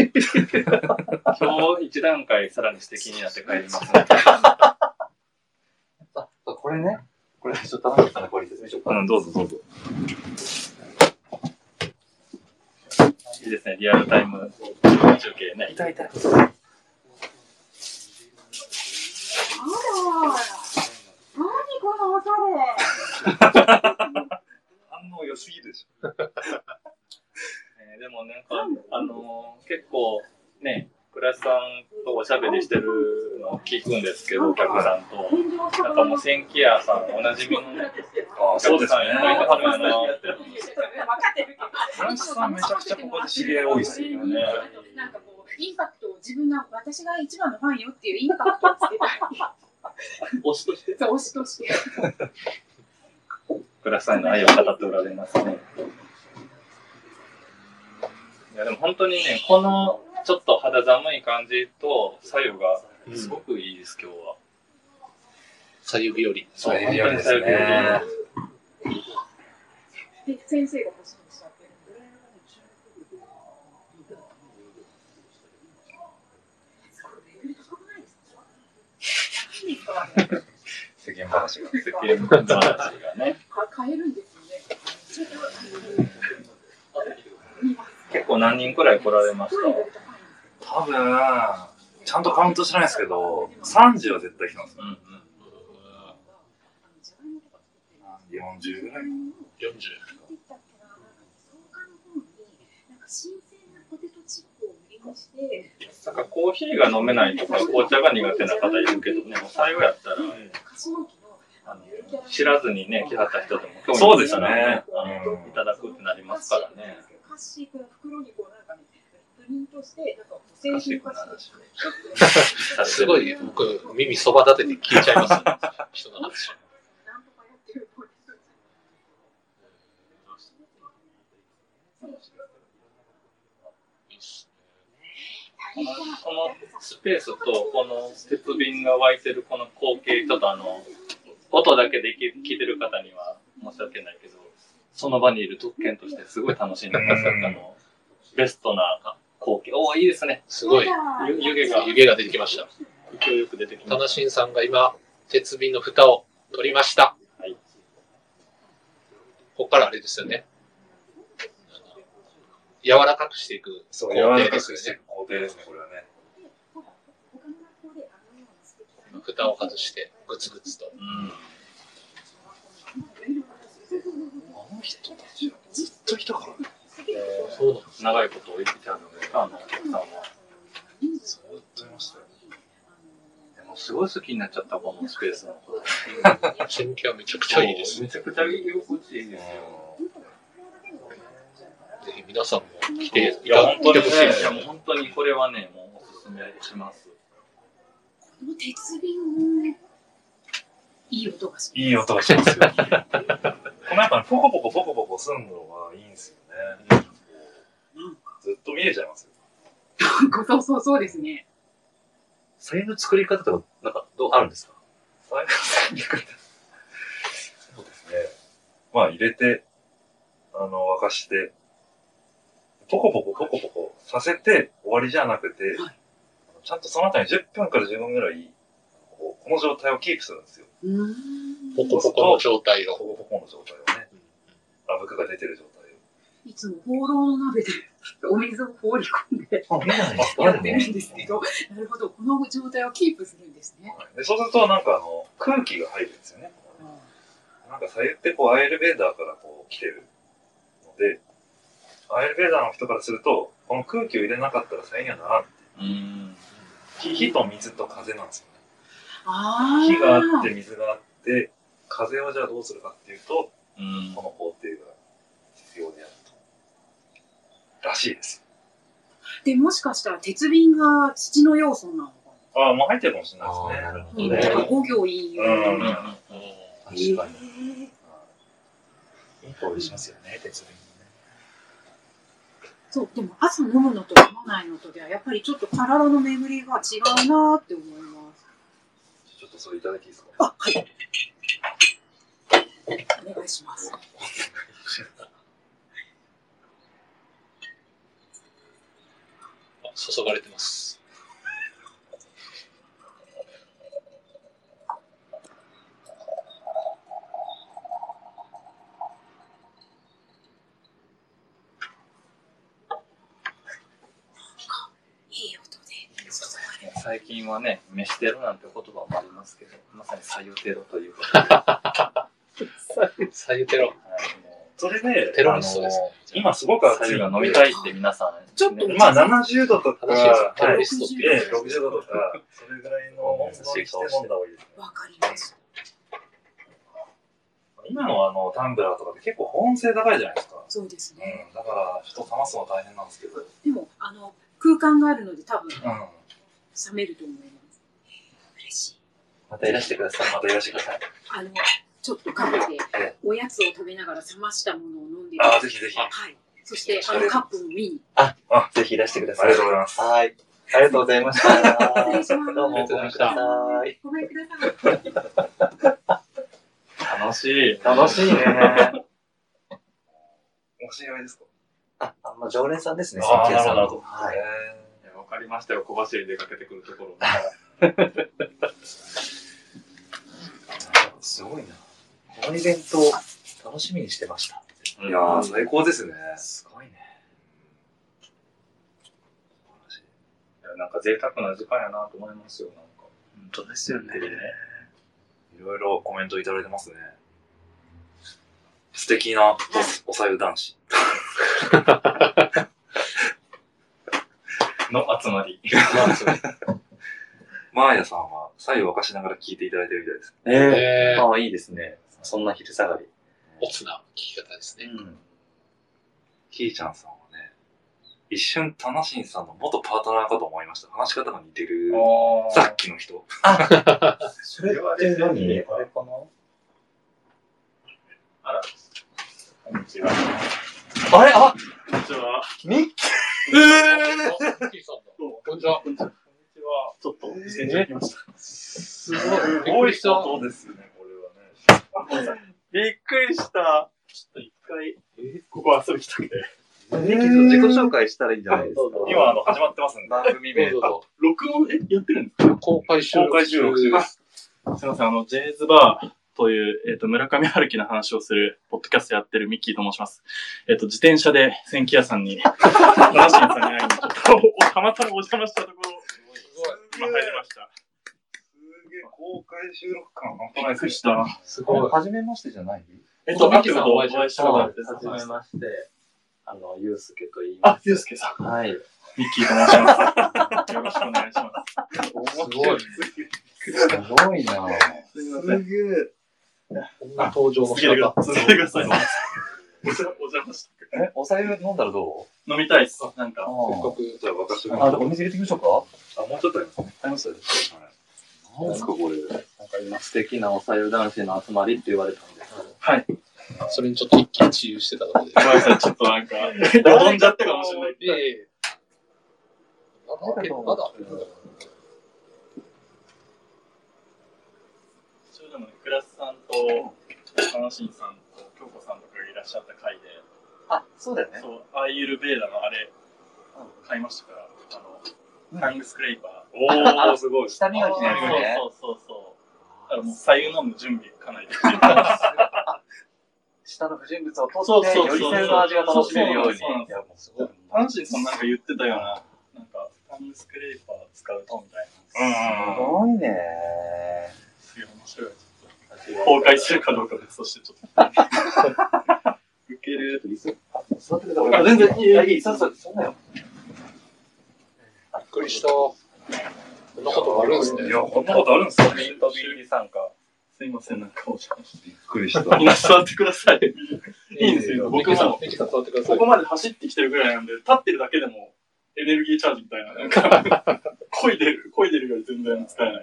今日一段階さらに素敵になって帰りますね。 これね。これちょっと楽しかったな、これ説明しようかな。 どうぞ。 いいですね、リアルタイム中継ね。 痛い。何このおしゃれ。 反応良すぎるでしょ。 でもなんか、結構ね、倉石さんとおしゃべりしてるのを聞くんですけど、お客さんと。なんかもう、千家屋さんおなじみのお客さんいっぱいいてはるんやなって。 分かってるけど。 倉石さんめちゃくちゃここで知り合い多いですよね。 なんかこう、インパクトを私が一番のファンよっていうインパクトをつけたい。 推しとしてそう、推しとして。 倉石さんの愛を語っておられますね。いやでも本当にね、このちょっと肌寒い感じと左右がすごくいいです、今日は。 左右日和。 そう、本当に左右日和。 で、先生が欲しいんでしたっけ？ 世間話が。 ね。 買えるんですよね。 結構何人くらい来られました？ 多分、ちゃんとカウントしないですけど、30は絶対来てます。 40ぐらい。 40。 新鮮なポテトチップを売りにして、 なんかコーヒーが飲めないとか紅茶が苦手な方いるけどね、お白湯やったら、知らずにね、来はった人でも興味があるからね、いただくってなりますからね。 カッシーから袋にこうなんかね、プリントして、なんか製品化して、 すごい僕耳そば立てて聞いちゃいますよ、人の話。 なんとかやってるポテトチップ。 このスペースとこの鉄瓶が湧いてるこの光景、ちょっと音だけで聞いてる方には申し訳ないけど、その場にいる特権としてすごい楽しんでくださったベストな光景。おー、いいですね。 すごい湯気が出てきました。 勢いよく出てきました。 タナシンさんが今鉄瓶の蓋を取りました。 はい。 ここからあれですよね。柔らかくしていく工程ですよね。 工程ですね、これはね。 蓋を外してグツグツと。 あの人たちはずっといたからね。 そうなんです。 長いこと置いてあるので、お客さんは。 ずっといましたよ。 でもすごい好きになっちゃった、このスペースの。 雰囲気はめちゃくちゃいいです。 めちゃくちゃ居心地いいですよ。 ぜひ皆さんも来ていや、本当にね、いやもう本当にこれはね、もうおすすめします。 この鉄瓶もいい音がします。 いい音がしますよ。このやっぱポコポコポコポコするのがいいんですよね。ずっと見えちゃいますよ。 そうですね。 左右の作り方とか、なんか、どうあるんですか？ 左右の作り方。そうですね。まあ入れて、沸かして、ポコポコポコポコさせて終わりじゃなくて、はい、ちゃんとその後に10分から15分ぐらい、この状態をキープするんですよ。 ポコポコの状態を。 ポコポコの状態をね。ラブクが出てる状態を。 いつも放浪の鍋でお水を放り込んでやってるんですけど、なるほど、この状態をキープするんですね。 でそうするとなんか空気が入るんですよね。なんか左右ってアイルベーダーから来てるので、アイルベーダーの人からすると、この空気を入れなかったら左右にはならんっていう。火と水と風なんですよね。火があって水があって、風をじゃあどうするかっていうと、この工程が必要であると。らしいです。 で、もしかしたら鉄瓶が土の要素なのかな？ ああ、もう入ってるかもしれないですね。なるほどね。 5行いいよ。 確かに。いい香りしますよね、鉄瓶。 そう、でも朝飲むのと飲まないのとでは、やっぱりちょっと体の巡りが違うなって思います。 ちょっとそれいただきいいですか？ あ、はい。お願いします。 注がれてます。 最近はね、飯テロなんて言葉もありますけど、まさに左右テロという左右テロ。 それで、 テロリストですね。 今すごく暑いが飲みたいって皆さん、 ちょっとまあ70度とか、 テロリストっていう。 60度とか、それぐらいの温度にして飲んだ方がいいですね。 わかります。 今のタンブラーとかって結構保温性高いじゃないですか。 そうですね。 だからちょっと冷ますの大変なんですけど。 でも空間があるので多分冷めると思います。嬉しい。 またいらしてください。またいらしてください。 ちょっとカフェでおやつを食べながら冷ましたものを飲んで。 あ、ぜひぜひ。 はい。そしてカップも見に。 ぜひいらしてください。 ありがとうございます。 はい。ありがとうございました。 失礼します。 どうもごめんください。 ごめんください。 楽しい。 楽しいね。 お知り合いですか？ 常連さんですね、 なるほど。 はい。わかりましたよ、小走り出かけてくるところ。 すごいな。このイベント、楽しみにしてました。 いやー、最高ですね。 すごいね。 なんか贅沢な時間やなと思いますよ、なんか。 本当ですよね。 いろいろコメントいただいてますね。 素敵なおさゆ男子。 の集まり。 マーヤさんは、左右を沸かしながら聞いていただいてるみたいです。 ああ、いいですね。そんな昼下がり。 おつな聞き方ですね。 ひーちゃんさんはね、一瞬、タナシンさんの元パートナーかと思いました。話し方が似てる。さっきの人。 それって何？あれかな？ あら。こんにちは。 あれ？あ、 こんにちは。 ミッキー。 こんにちは。 こんにちは。ちょっと、失礼しました。 すごいことですね、これはね。 びっくりした。ちょっと一回、ここ遊び来たくて。 ミッキー自己紹介したらいいんじゃないですか。 今、始まってますんで。 番組名。 録音、やってるんですか？ 公開収録中です。すいません、ジェイズバーという、村上春樹の話をする、ポッドキャストやってるミッキーと申します。自転車で千木屋さんに、ナナシンさんに会いに、ちょっと、たまたまお邪魔したところ、今入りました。 すげえ、公開収録感半端ないびっくりした。 すごい。はじめましてじゃない？ ミッキーさんお会いしたことあるんです。 はじめまして。ゆうすけと言います。 あ、 ゆうすけさん。 はい。 ミッキーと申します。よろしくお願いします。 すごい。 すごいなぁ。 すみません。 こんな登場の仕方。 続けてください。お邪魔した。 お酒飲んだらどう？飲みたいっす。なんか。 せっかく。 じゃあ、沸かしてお水入れていきましょうか？ もうちょっとありますね。 あります？ 何ですか、これ。 なんか今素敵なおさゆ男子の集まりって言われたんですけど。 はい。 それにちょっと一気に治癒してたところで。 ごめんなさい、ちょっとなんか、よどんじゃったかもしれない。 まだそれでもね、クラスさんと、タナシンさんと、京子さんとかがいらっしゃった回で、 あ、そうだよね。 そう、アーユルベーダのあれ、買いましたから、タングスクレイパー。 おー、すごい。 下磨きのやつね。 そう。だからもう、左右飲む準備かなりできています。 下の不純物を取って、より線の味が楽しめるように。 タナシンさんなんか言ってたような、なんか、タングスクレイパー使うとみたいな。 すごいねすげえ面白い。公開するかどうかで、そしてちょっと。受ける。 座ってください。全然いい。そんなよ。 びっくりした。こんなことあるんですね。 いや、こんなことあるんですか？ ビリ参加。すいません、なんかお邪魔して。 びっくりした。 みんな座ってください。いいんですよ。僕も、 座ってください。 ここまで走ってきてるぐらいなんで、立ってるだけでもエネルギーチャージみたいな。なんか、漕いでるより全然使えないから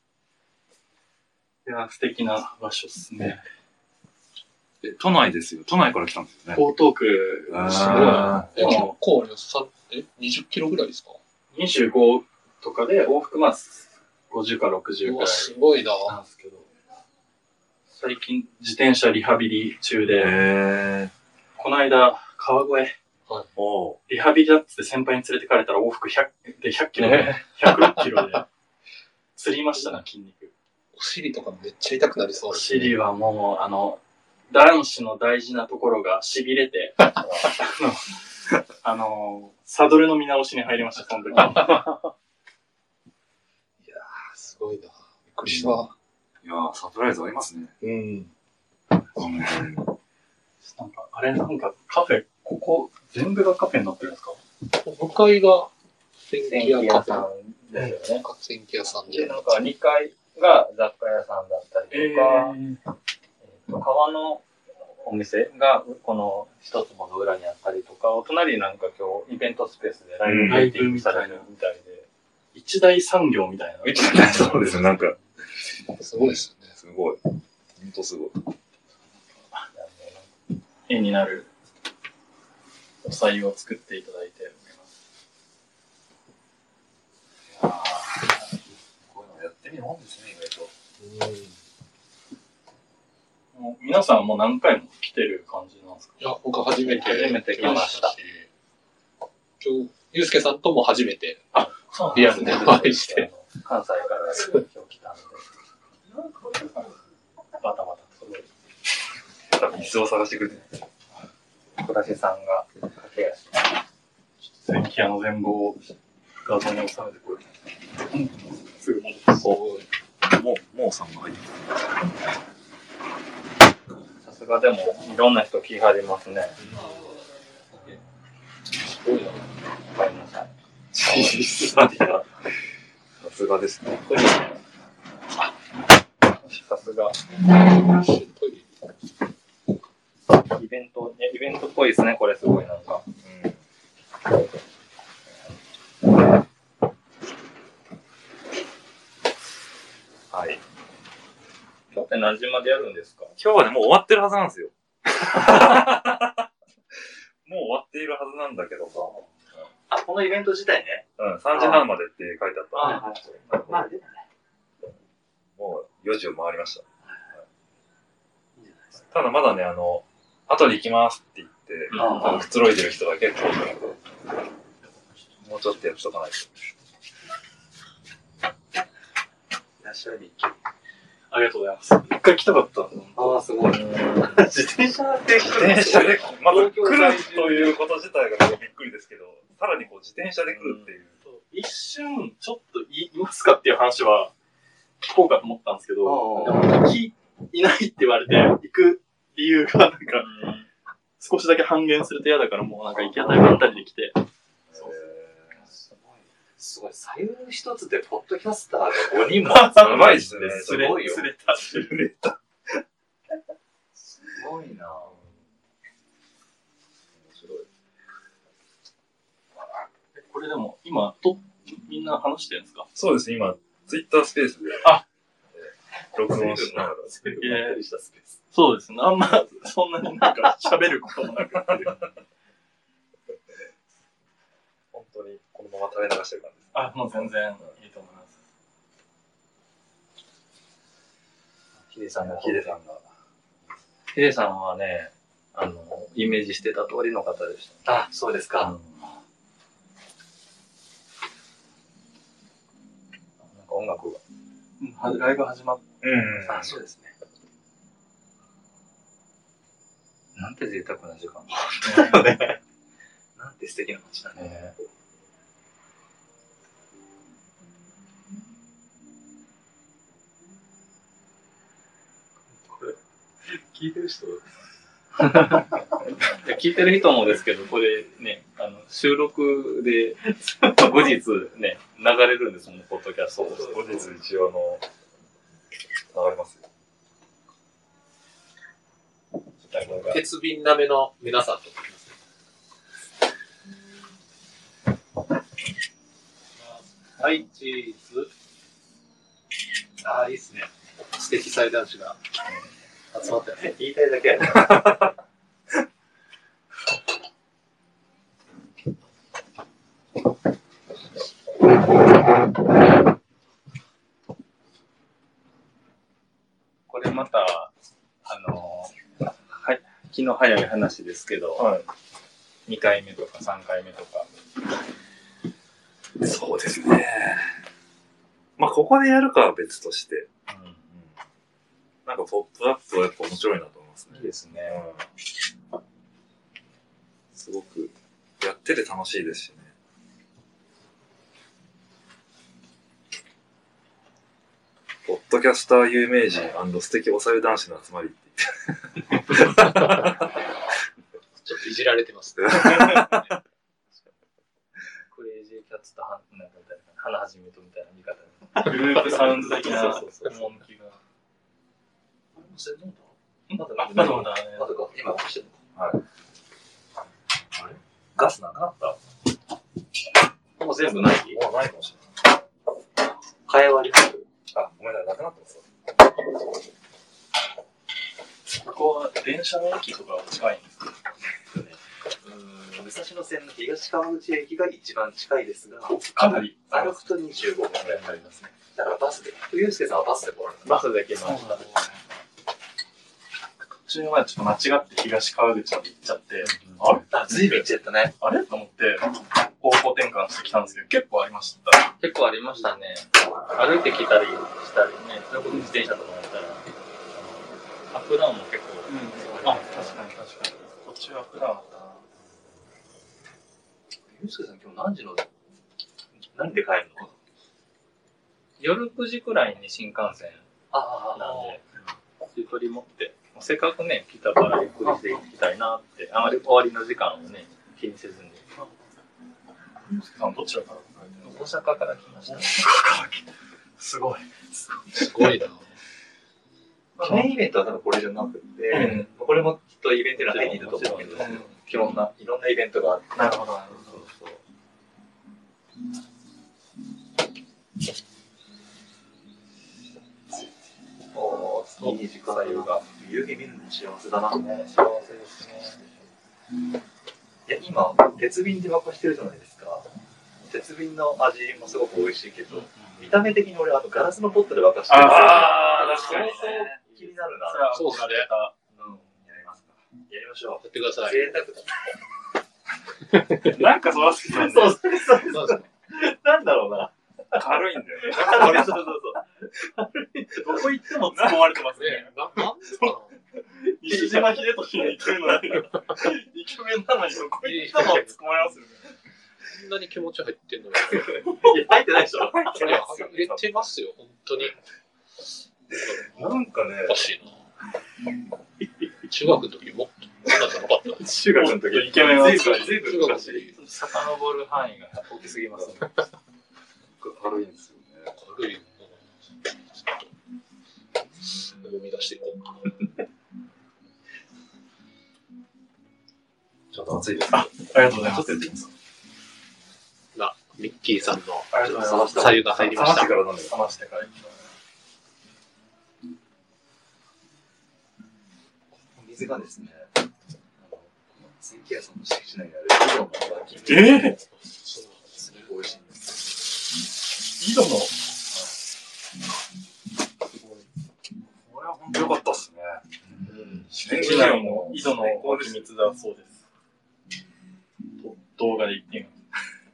。いや、素敵な場所っすね。 都内ですよ。都内から来たんですよね。 江東区。 すごい。結構あります。20キロぐらいですか ？25とかで往復50か60くらい。 すごいな。 なんですけど。最近自転車リハビリ中で、この間、川越、リハビリだって先輩に連れてかれたら往復100キロで、106キロで、釣りましたね、筋肉。 お尻とかめっちゃ痛くなりそうですね。 お尻はもう、男子の大事なところが痺れて、サドルの見直しに入りました、その時。いやー、すごいな。びっくりした。 いやー、サプライズありますね。 なんか、なんかカフェ、ここ全部がカフェになってるんですか？ 向かいが千木屋さんですよね。 千木屋さんで、 で。 なんか2階が雑貨屋さんだったりとか、川のお店がこの一つもの裏にあったりとか、お隣になんか今日イベントスペースでライブミーティングされるみたいで。 一大産業みたいな。 そうですね、なんか。 すごいですよね。 すごい。ほんとすごい。 絵になるおさゆを作っていただいております。 いやこういうのやってみるもんですね、意外と。 もう皆さんもう何回も来てる感じなんですか？ いや、僕初めて来ました今日、ゆうすけさんとも初めてそうリアルでお会いして。 関西から今日来たんで。 バタバタすごい。 多分椅子を探してくれてる。 倉瀬さんが駆け足。 千木屋の全貌を画像に収めてくれる。すぐ戻す。 もうさんが入ってさすすがでも、いろんな人来はりますね。 すごいな。 ごめんなさい。 さすがですね。 さすが。イベントっぽいですね、これすごいなんか。 はい。 今日って何時までやるんですか？ 今日はね、もう終わってるはずなんですよ。もう終わっているはずなんだけどさ。 あ、このイベント自体ね。 3時半までって書いてあった。 はいはい。まあでもね。 もう4時を回りました。ただまだね、後で行きますって言って、くつろいでる人が結構いるので、もうちょっとやっとかないと。 いらっしゃい。 ありがとうございます。一回来たかった。 ああ、すごい。自転車でまず来るということ自体がびっくりですけど、さらにこう自転車で来るっていう。 一瞬、ちょっといますかっていう話は聞こうかと思ったんですけど、いないって言われて、行く理由がなんか、少しだけ半減すると嫌だから、もうなんか行き当たりばったりできて。 すごい。左右一つでポッドキャスターが5人も。 うまいっすね。 すごいよ。 釣れた。 すごいな。面白い。 これでも、今、みんな話してるんですか？ そうですね、今、ツイッタースペースで、録音しながら。 そうですね。あんま、そんなになんか喋ることもなくて。 本当にこのまま垂れ流してる感じです。 あ、もう全然いいと思います。 ヒデさんが。 ヒデさんはね、イメージしてた通りの方でした。 あ、そうですか。 なんか音楽が。 ライブ始まっあ、そうですね。 なんて贅沢な時間。 だよね。なんて素敵な街だね。 これ、聞いてる人聞いてる人もですけど、これね、収録で後日ね、流れるんですもんね、ポッドキャスト。 後日一応流れますよ。 鉄瓶なめの皆さんと思います。はい、チーズ。ああ、いいっすね。素敵祭男子が集まったよね。 言いたいだけやね。 これまた、気の早い話ですけど、2回目とか3回目とか。 そうですね。まあ、ここでやるかは別として、なんかポップアップはやっぱ面白いなと思いますね。 いいですね。 すごく、やってて楽しいですしね。ポッドキャスター有名人&素敵おさゆ男子の集まりって言って。 ちょっといじられてますね。 クレイジーキャッツと花はじめとみたいな見方。 グループサウンド的な趣が。 まだか。今押してるの。はい。あれガスなかったもう全部ない？ もうないかもしれない。 替え割りする？ あ、ごめんなさい、なくなってます。 ここは電車の駅とかは近いんですか？ 武蔵野線の東川口駅が一番近いですが、 かなり歩くと25分くらいになりますね。だからバスで。ゆうすけさんはバスで来られた？ バスで来ました。 途中までちょっと間違って東川口まで行っちゃって、 ずいぶん行っちゃったね。 あれと思って、方向転換してきたんですけど、結構ありました。 結構ありましたね。歩いてきたりしたりね、それこそ自転車とか乗ったら、アップダウンも結構、 確かに。途中アップダウンだったな。 ゆうすけさん今日何で帰るの？ 夜9時くらいに新幹線なんで、ゆとり持ってせっかくね、来たからゆっくりしていきたいなって、あまり終わりの時間をね、気にせずに。 ゆうすけさん、どちらから大阪から来ました。 すごい。 すごいな。 メインイベントは多分これじゃなくて、これもきっとイベントに入っていると思うけど、いろんなイベントがあって。 なるほど、なるほど。 おー、月に時間が。湯気見るの幸せだな。 幸せですね。 いや、今、鉄瓶で沸かしてるじゃないですか。鉄瓶の味もすごく美味しいけど、見た目的に俺、ガラスのポットで沸かしてる。 あー、確かにね。 気になるな。 そうですね。 やりますか。やりましょう。 やってください。 贅沢。 なんかそら好きなんだよ。 そうなんだろうな。 軽いんだよね。 そう。 どこ行っても突っ込まれてますね。 なんでかな。 西島秀俊に似てるのに、イケメンなのにどこ行っても突っ込まれますよね。 こんなに気持ち入ってんのに。 いや、入ってないでしょ。 入れてますよ、本当に。 なんかね、 おかしいな。中学の時もっと、そんなんじゃなかった。 中学の時イケメンはずいぶん昔。 遡る範囲が大きすぎますね。 軽いんですよね。 軽いのを生み出していこう。 ちょっと暑いです。 ありがとうございます。 ちょっとやってみますか。 ミッキーさんのありがとうございます。 左右が入りました。 冷ましてから飲んで冷ましてから行きます。 水がですね、千家屋さんの敷地内にある井戸の湧き水。すごい美味しいんです。 井戸の、 これは本当良かったっすね。 敷地内の井戸の湧き水だそうです。動画で言ってみます。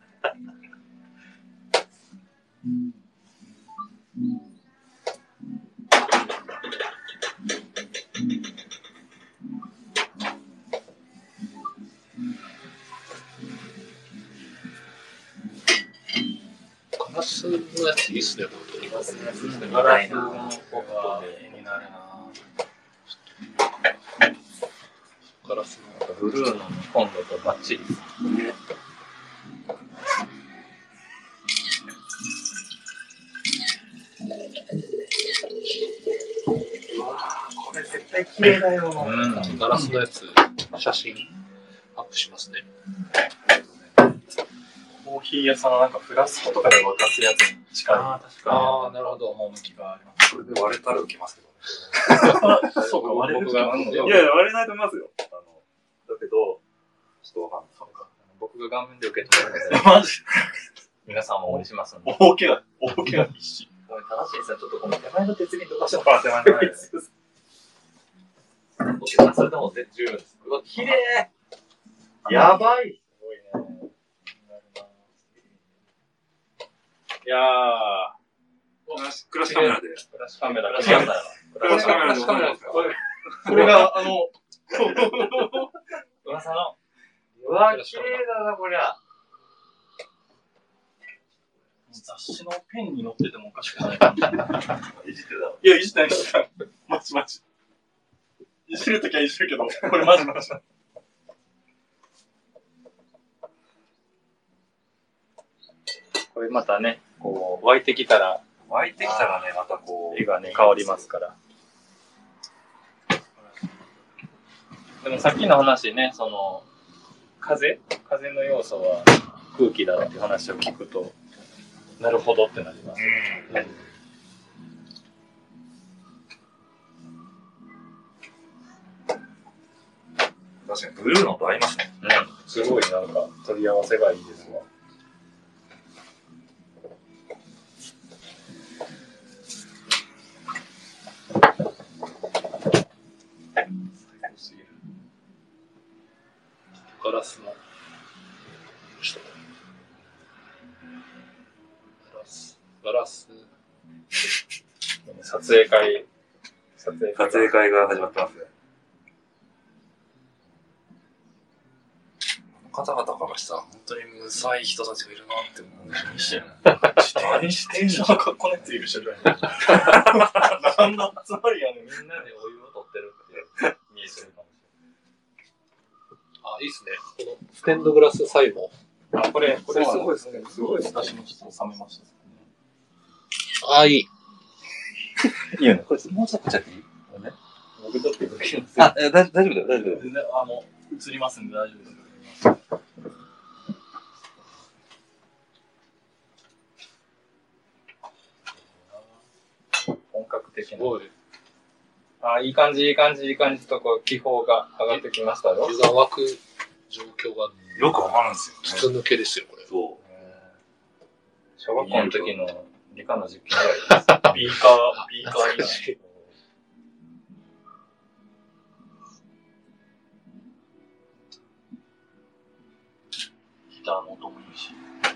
ガラスのやついいっすね、本当に。 ガラスのポットで絵になるな。 ガラスの。 ブルーのコンロとバッチリです。 これ絶対綺麗だよ。 ガラスのやつ、写真アップしますね。 コーヒー屋さんはなんかフラスコとかで沸かすやつに近い。 確かなるほど。 趣があります。 それで割れたら受けますけどね。 そうか、割れる時もあるのいやいや、割れないと思いますよ。だけど、ちょっとわかんない。 そうか。僕が顔面で受け止めるので、 マジ皆さんもお願いしますんで。 大怪我必至。 ごめん、正しいさん、ちょっとこの手前の鉄瓶とかしようあ、手前じゃないです。 それでも十分です。うわ、綺麗。やばい。 すごいね。いやクラッシュカメラで。 クラッシュカメラ。 クラッシュカメラクラッシュカメラ。 クラッシュカメラですか。 これが、 噂の。 うわ、綺麗だな、こりゃ。 雑誌のペンに載っててもおかしくないかもしれない。 いじってた。 いや、いじってない、いじってない。マジマジ。いじるときはいじるけど、これマジマジ。 これまたね、こう、湧いてきたら、 湧いてきたらね、またこう。 絵がね、変わりますから。でもさっきの話ね、その、風の要素は空気だっていう話を聞くと、なるほどってなります。 確かにブルーのと合いますね。 すごいなんか取り合わせがいいですわ。 ガラスの。ガラス。 撮影会が始まってますね。方々からしたら本当に無才人たちがいるなって思うんですよね。 何してんの格好のやついるし、なんだ集まりやねん。 みんなでお湯を取ってるって。 いいっすね。このステンドグラスサイも。 これすごいですね。 すごいです。私もちょっと冷めました。 ああ、いい。 いいよね。これもうちょっといい僕ちょっと動きます。 大丈夫だよ、大丈夫だよ。 全然、映りますんで大丈夫です。 本格的な。 すごい。 いい感じ、いい感じ、いい感じと、こう、気泡が上がってきましたよ。 湯が沸く状況がよくわかるんですよね。 筒抜けですよ、これ。 そう。 小学校の時の理科の実験ビーカーいいな。ギターの音もいいし。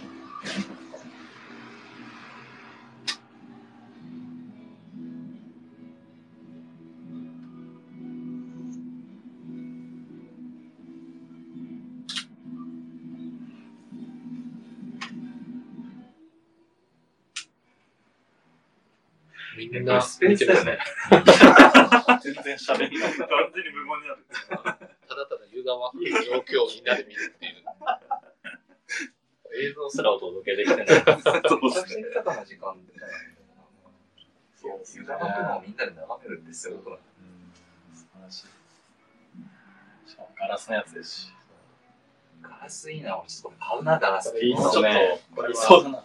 みんなスペースだよね。 全然喋んない。 完全に無言になる。 ただただ湯が沸く状況をみんなで見るっていう。 映像すらお届けできてない。 そうです写真方の時間ってそう、湯が湧くのをみんなで眺めるんですよ、僕は。 素晴らしい。しかもガラスのやつですし。 ガラスいいな、俺ちょっとこれ買うな、ガラス。 いいっすね。 これそうだな。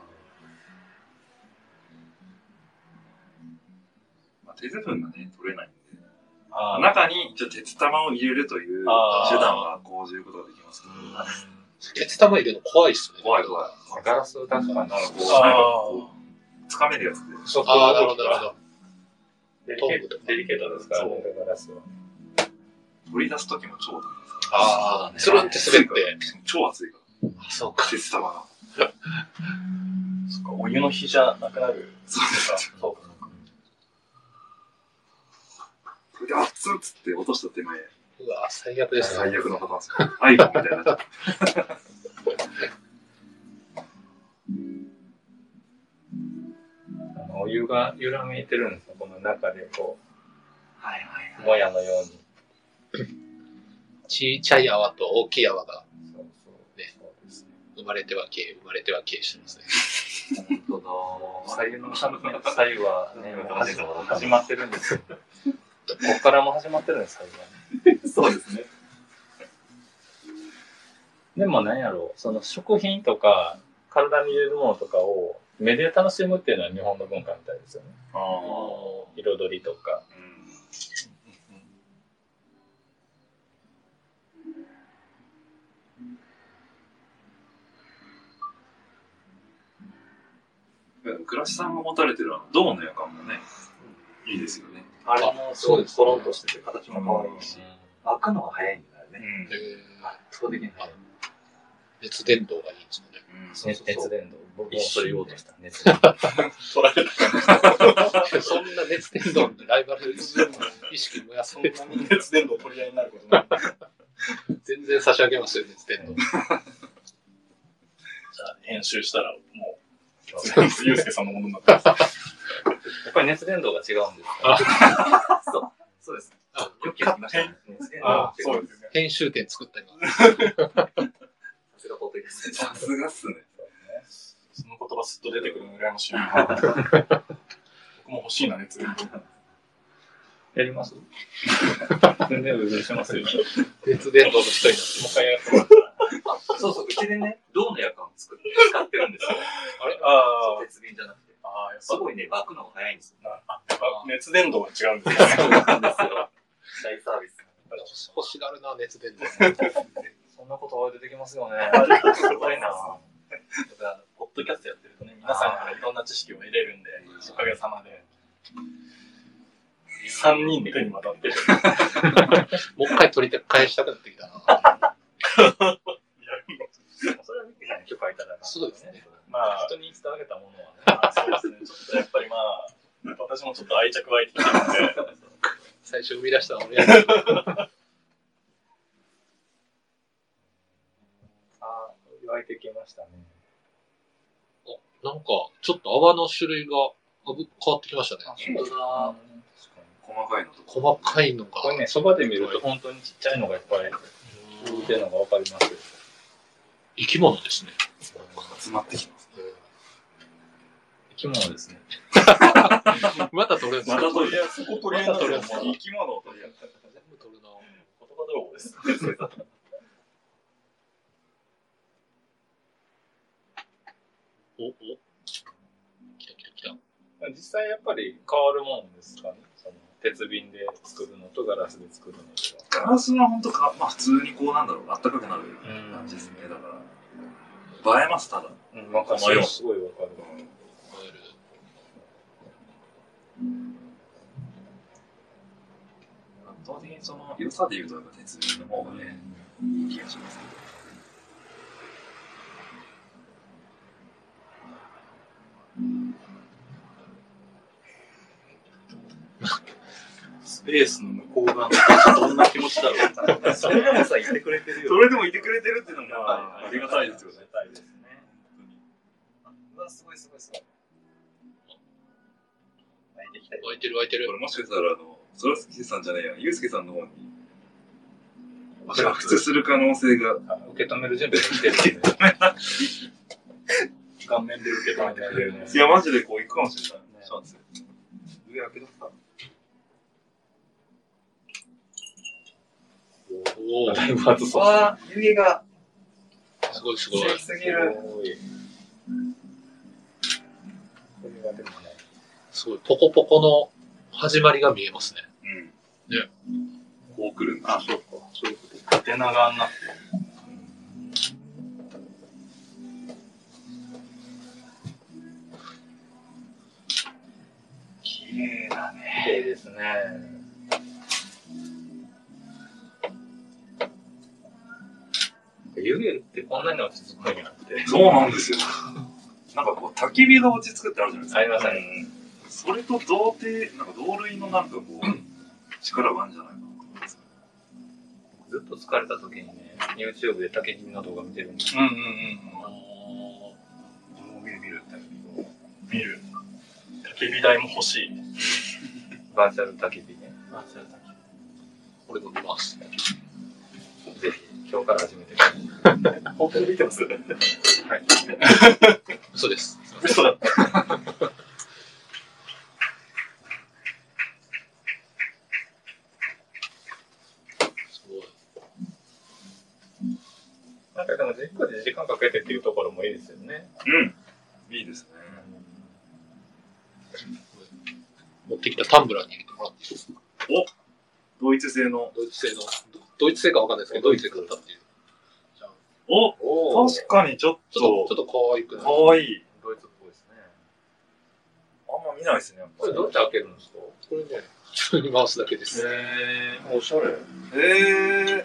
鉄分がね、取れないんで。 あ中に一応鉄玉を入れるという手段は講じることができますけど。 鉄玉入れるの怖いっすね。 怖い怖い。 ガラス確かに。 なんかこう、掴めるやつで。 ああ、なるほど、なるほど。 デリケートですからね、ガラスは。 取り出すときも超大変です。 ああ、つるんって滑って。 超熱いかあ、そうか。 鉄玉が。 そっか、お湯の火じゃなくなる。 そうか。 それで熱っつって落とした手前。 うわ、最悪ですね。 最悪のパターンですか。アイコンみたいになっちゃった。 お湯が揺らめいてるんですよ、この中でこう。 はいはいはい。 もやのように。 ちっちゃい泡と大きい泡がそうそう。 ねそうですね。 生まれては消え、生まれては消えしてますね。 本当だ。 左右の左右はね、もう始まってるんですよ。こっからも始まってるんです、左右はね。 そうですね。 でもなんやろう、その食品とか、体に入れるものとかを目で楽しむっていうのは日本の文化みたいですよね。彩りとか。 倉石さんが持たれてる銅の夜間もね、いいですよね。 あれもすごいコロンとしてて形も可愛いし、開くのが早いんだよね。圧倒的に早い。 熱伝導がいいんですよね。 熱伝導。 僕もそれ言おうとした。熱伝導。 取られた感じ。 そんな熱伝導でライバル意識燃やすそんなに熱伝導取り合いになることない。 全然差し上げますよ、熱伝導。 じゃあ、編集したらもう、全部ゆうすけさんのものになってます。 やっぱり熱伝導が違うんですか？ そうです。よく聞きましたね。熱伝導。 そうですね。 編集点作ったりは。 さすがポテですね。 さすがっすね。 その言葉すっと出てくるの羨ましいな。僕も欲しいな、熱伝導。 やります全然うずしますよ。 熱伝導の人になって。 もう一回やってもらったら。 そうそう、うちでね、銅の夜間を使ってるんですよ。 あれそう鉄瓶じゃなくて。 ああ、やっすごいね、沸くのが早いんですよ。 ぱ熱伝導が違うんですね。 そうなんですよ。大サービス。 欲しがるな、熱伝導。 そんなことは出てきますよね。 すごいな。 ポッドキャストやってるとね、皆さんからいろんな知識を得れるんで、おかげさまで。3人で手にわたってる。 もう一回取り返したくなってきたな。 それはミッキーさんに許可いただいた。 そうですね。 まあ、人に伝えたものはね。 そうですね。ちょっとやっぱりまあ、私もちょっと愛着湧いてきてるんで。 最初生み出したの俺やけど。 湧いてきましたね。 なんか、ちょっと泡の種類が変わってきましたね。 本当だ。 細かいのとか。 細かいのが。 これね、そばで見ると本当にちっちゃいのがいっぱい言ってるのがわかります。 生き物ですね。 集まってきます。 生き物ですね。 また取るんですまた取る。 そこ取り合うの生き物を取り合う。 全部取るな。 言葉泥棒です。 お、来た。 実際やっぱり変わるもんですかね。その鉄瓶で作るのとガラスで作るのとは。 ガラスは本当か、まあ普通にこうなんだろう、あったかくなる感じですね。だから、映えます、ただ。 わかる。すごいわかる。 圧倒的にその良さで言うと、やっぱ鉄瓶の方がね、いい気がしますけど。 スペースの向こう側のどんな気持ちだろう。 それでもさ、言ってくれてるよ。 それでもいてくれてるっていうのがありがたいですよね。 ありがたいですね。うわ、すごい。 湧いてる。 これもしかしたら、そらすけさんじゃないや、ゆうすけさんの方に、煮沸する可能性が。 受け止める準備できてるんで。顔面で受け止めてくれるね。 いや、マジでこう行くかもしれない。 そうですよ。 上開けとくか。 おお。 だいぶ熱そう。 わー、湯気がすごい。 すぎる。 これはでもね。 すごい、ポコポコの始まりが見えますね。 うん。 ね。 こう来るんだ。 あ、そうか。そういうこと。縦長になって。 綺麗だね。 綺麗ですね。湯気ってこんなに落ち着くんやって。 そうなんですよ。なんかこう、焚き火が落ち着くってあるじゃないですか。 ありますね。 それと同類のなんかこう、力があるんじゃないかなと思います。 ずっと疲れた時にね、YouTube で焚き火の動画見てるんですよ。 もう見る。見る。焚き火台も欲しい。 バーチャル焚き火ね。 これも見ます。 ぜひ、今日から始めてください。 本当に見てます？はい。 嘘です。 嘘だった。 なんかでもじっくり時間かけてっていうところもいいですよね。 うん。いいですね。 持ってきたタンブラーに入れてもらっていいですか？ ドイツ製の。 ドイツ製かわかんないですけど、ドイツで買ったっていう。 確かにちょっと可愛くない？ かわいい。 ドイツっぽいですね。 あんま見ないですね、やっぱこれどうやって開けるんですか？ これね、普通に回すだけです。 おしゃれ。なんか、なんて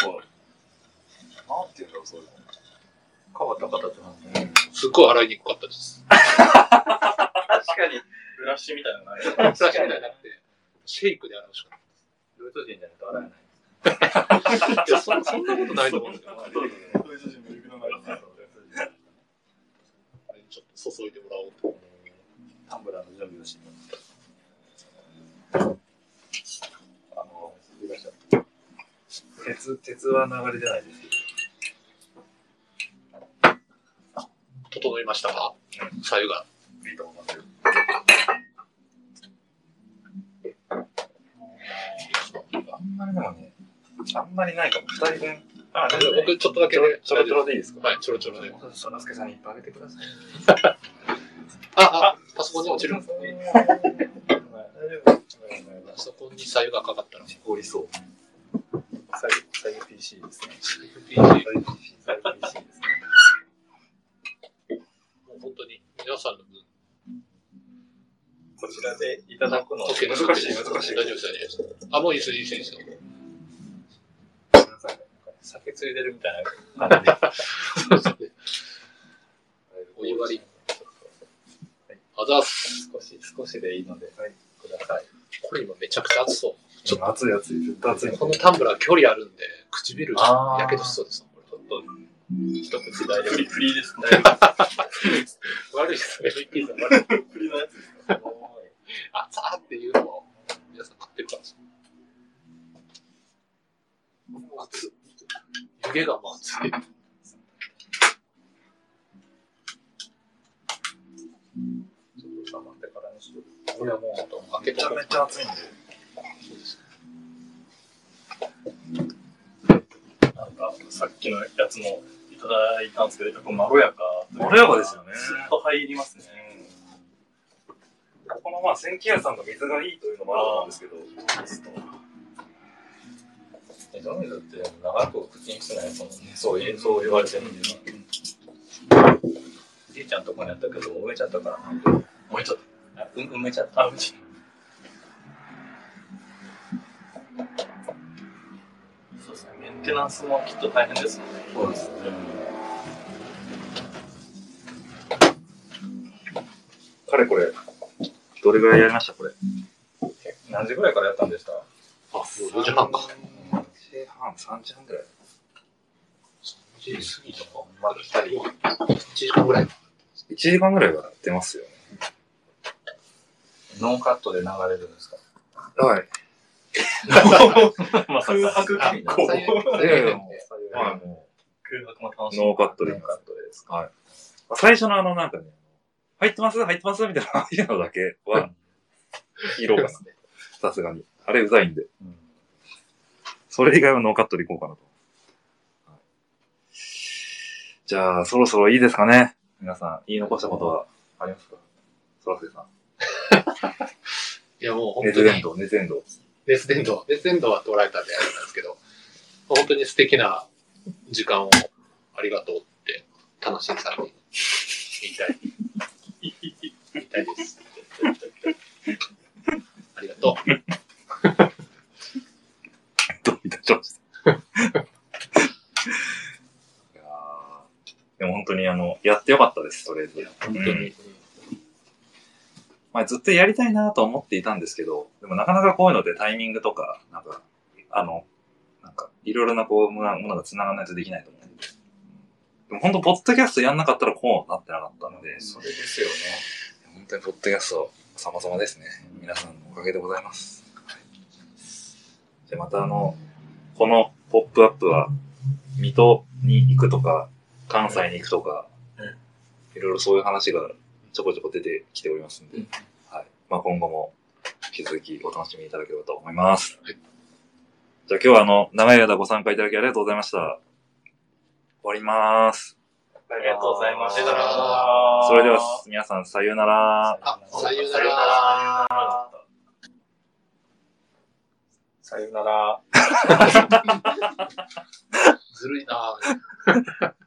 いうんだろう、そういうの。 変わった形なんですね。 すっごい洗いにくかったです。 確かに。 ブラシみたいなのない。 フラッシュじゃなくて、シェイクで洗うしかない。 ドイツ人じゃないと洗えない。 いや、そんなことないと思うんですけど、 ドイツ人の指の長さ。 あれにちょっと注いでもらおうと。 タンブラーの準備をしていらっしゃる。 鉄は流れ出ないですけど。 整いましたか？左右が。 いいと思いますよ。あんまりないかも。2人分。 僕ちょっとだけね、 ちょろちょろでいいですか？ はい、ちょろちょろで。 そらすけさんにいっぱいあげてください。 パソコンに落ちるんですね。パソコンに左右がかかったら。 おりそう。 左右 PC ですね。 左右 PC ですね。もう本当に皆さんの分。 こちらでいただくのは難しい。大丈夫です。あ、もういいです。 酒ついでるみたいな感じで。 お湯割り。あざっす。 少しでいいので、ください。 これ今めちゃくちゃ熱そう。 ちょっと熱い。絶対熱い。 このタンブラー距離あるんで、唇やけどしそうです。 ちょっと、一口大丈夫。 フリーですか？ 悪いですね。 フリーのやつですか？ 熱ーっていうのを皆さん買ってるからです。熱っ。 これはもう、ちょっと開けとこう。 めちゃめちゃ熱いんで。 なんか、さっきのやつもいただいたんですけど、結構まろやか。 まろやかですよね。 スッと入りますね。 ここの千木屋さんの水がいいというのもあると思うんですけど。 井戸水って長く口にしてないですもんね。そう言われてるんで。じいちゃんとこにやったけど、埋めちゃったからなんで。 もうちょっと。 埋めちゃった。 埋めちゃった。そうですね。メンテナンスもきっと大変ですもんね。 そうですね。 かれこれ、どれぐらいやりましたこれ。 何時ぐらいからやったんでした？ あ、4時半か。 2時半、3時半ぐらい。 3時過ぎとか、まだ2人は1時間ぐらい。 1時間ぐらいはやってますよね。 ノーカットで流れるんですか？ はい。 まさか空白結構。 いやいや、もう、 空白も楽しい。 ノーカットで。 ノーカットですか？ はい。最初のなんかね、入ってますみたいなのだけは、ヒーローかな。さすがに。あれうざいんで。それ以外はノーカットでいこうかなと。じゃあ、そろそろいいですかね。皆さん、言い残したことはありますか？そらせさん。 いや、もう本当に。 熱伝導。 熱伝導は捉えたんであれなんですけど、本当に素敵な時間をありがとうって、楽しみさんに言いたい。言いたいです。ありがとう。 どういたしました。いやでも本当にやってよかったです、とりあえず。 本当に。 まあ、ずっとやりたいなと思っていたんですけど、でもなかなかこういうのでタイミングとか、なんか、いろいろなものが繋がらないとできないと思うんで。でも本当、ポッドキャストやんなかったらこうなってなかったので。 それですよね。 本当にポッドキャスト様々ですね。皆さんのおかげでございます。はい、じゃあまたこのポップアップは、水戸に行くとか、関西に行くとか、いろいろそういう話がちょこちょこ出てきておりますので、はい。まあ今後も引き続きお楽しみいただければと思います。はい、じゃあ今日は長い間ご参加いただきありがとうございました。終わります。 ありがとうございました。 それでは皆さんさようなら。 さようなら。 さようなら。 ずるいなぁ。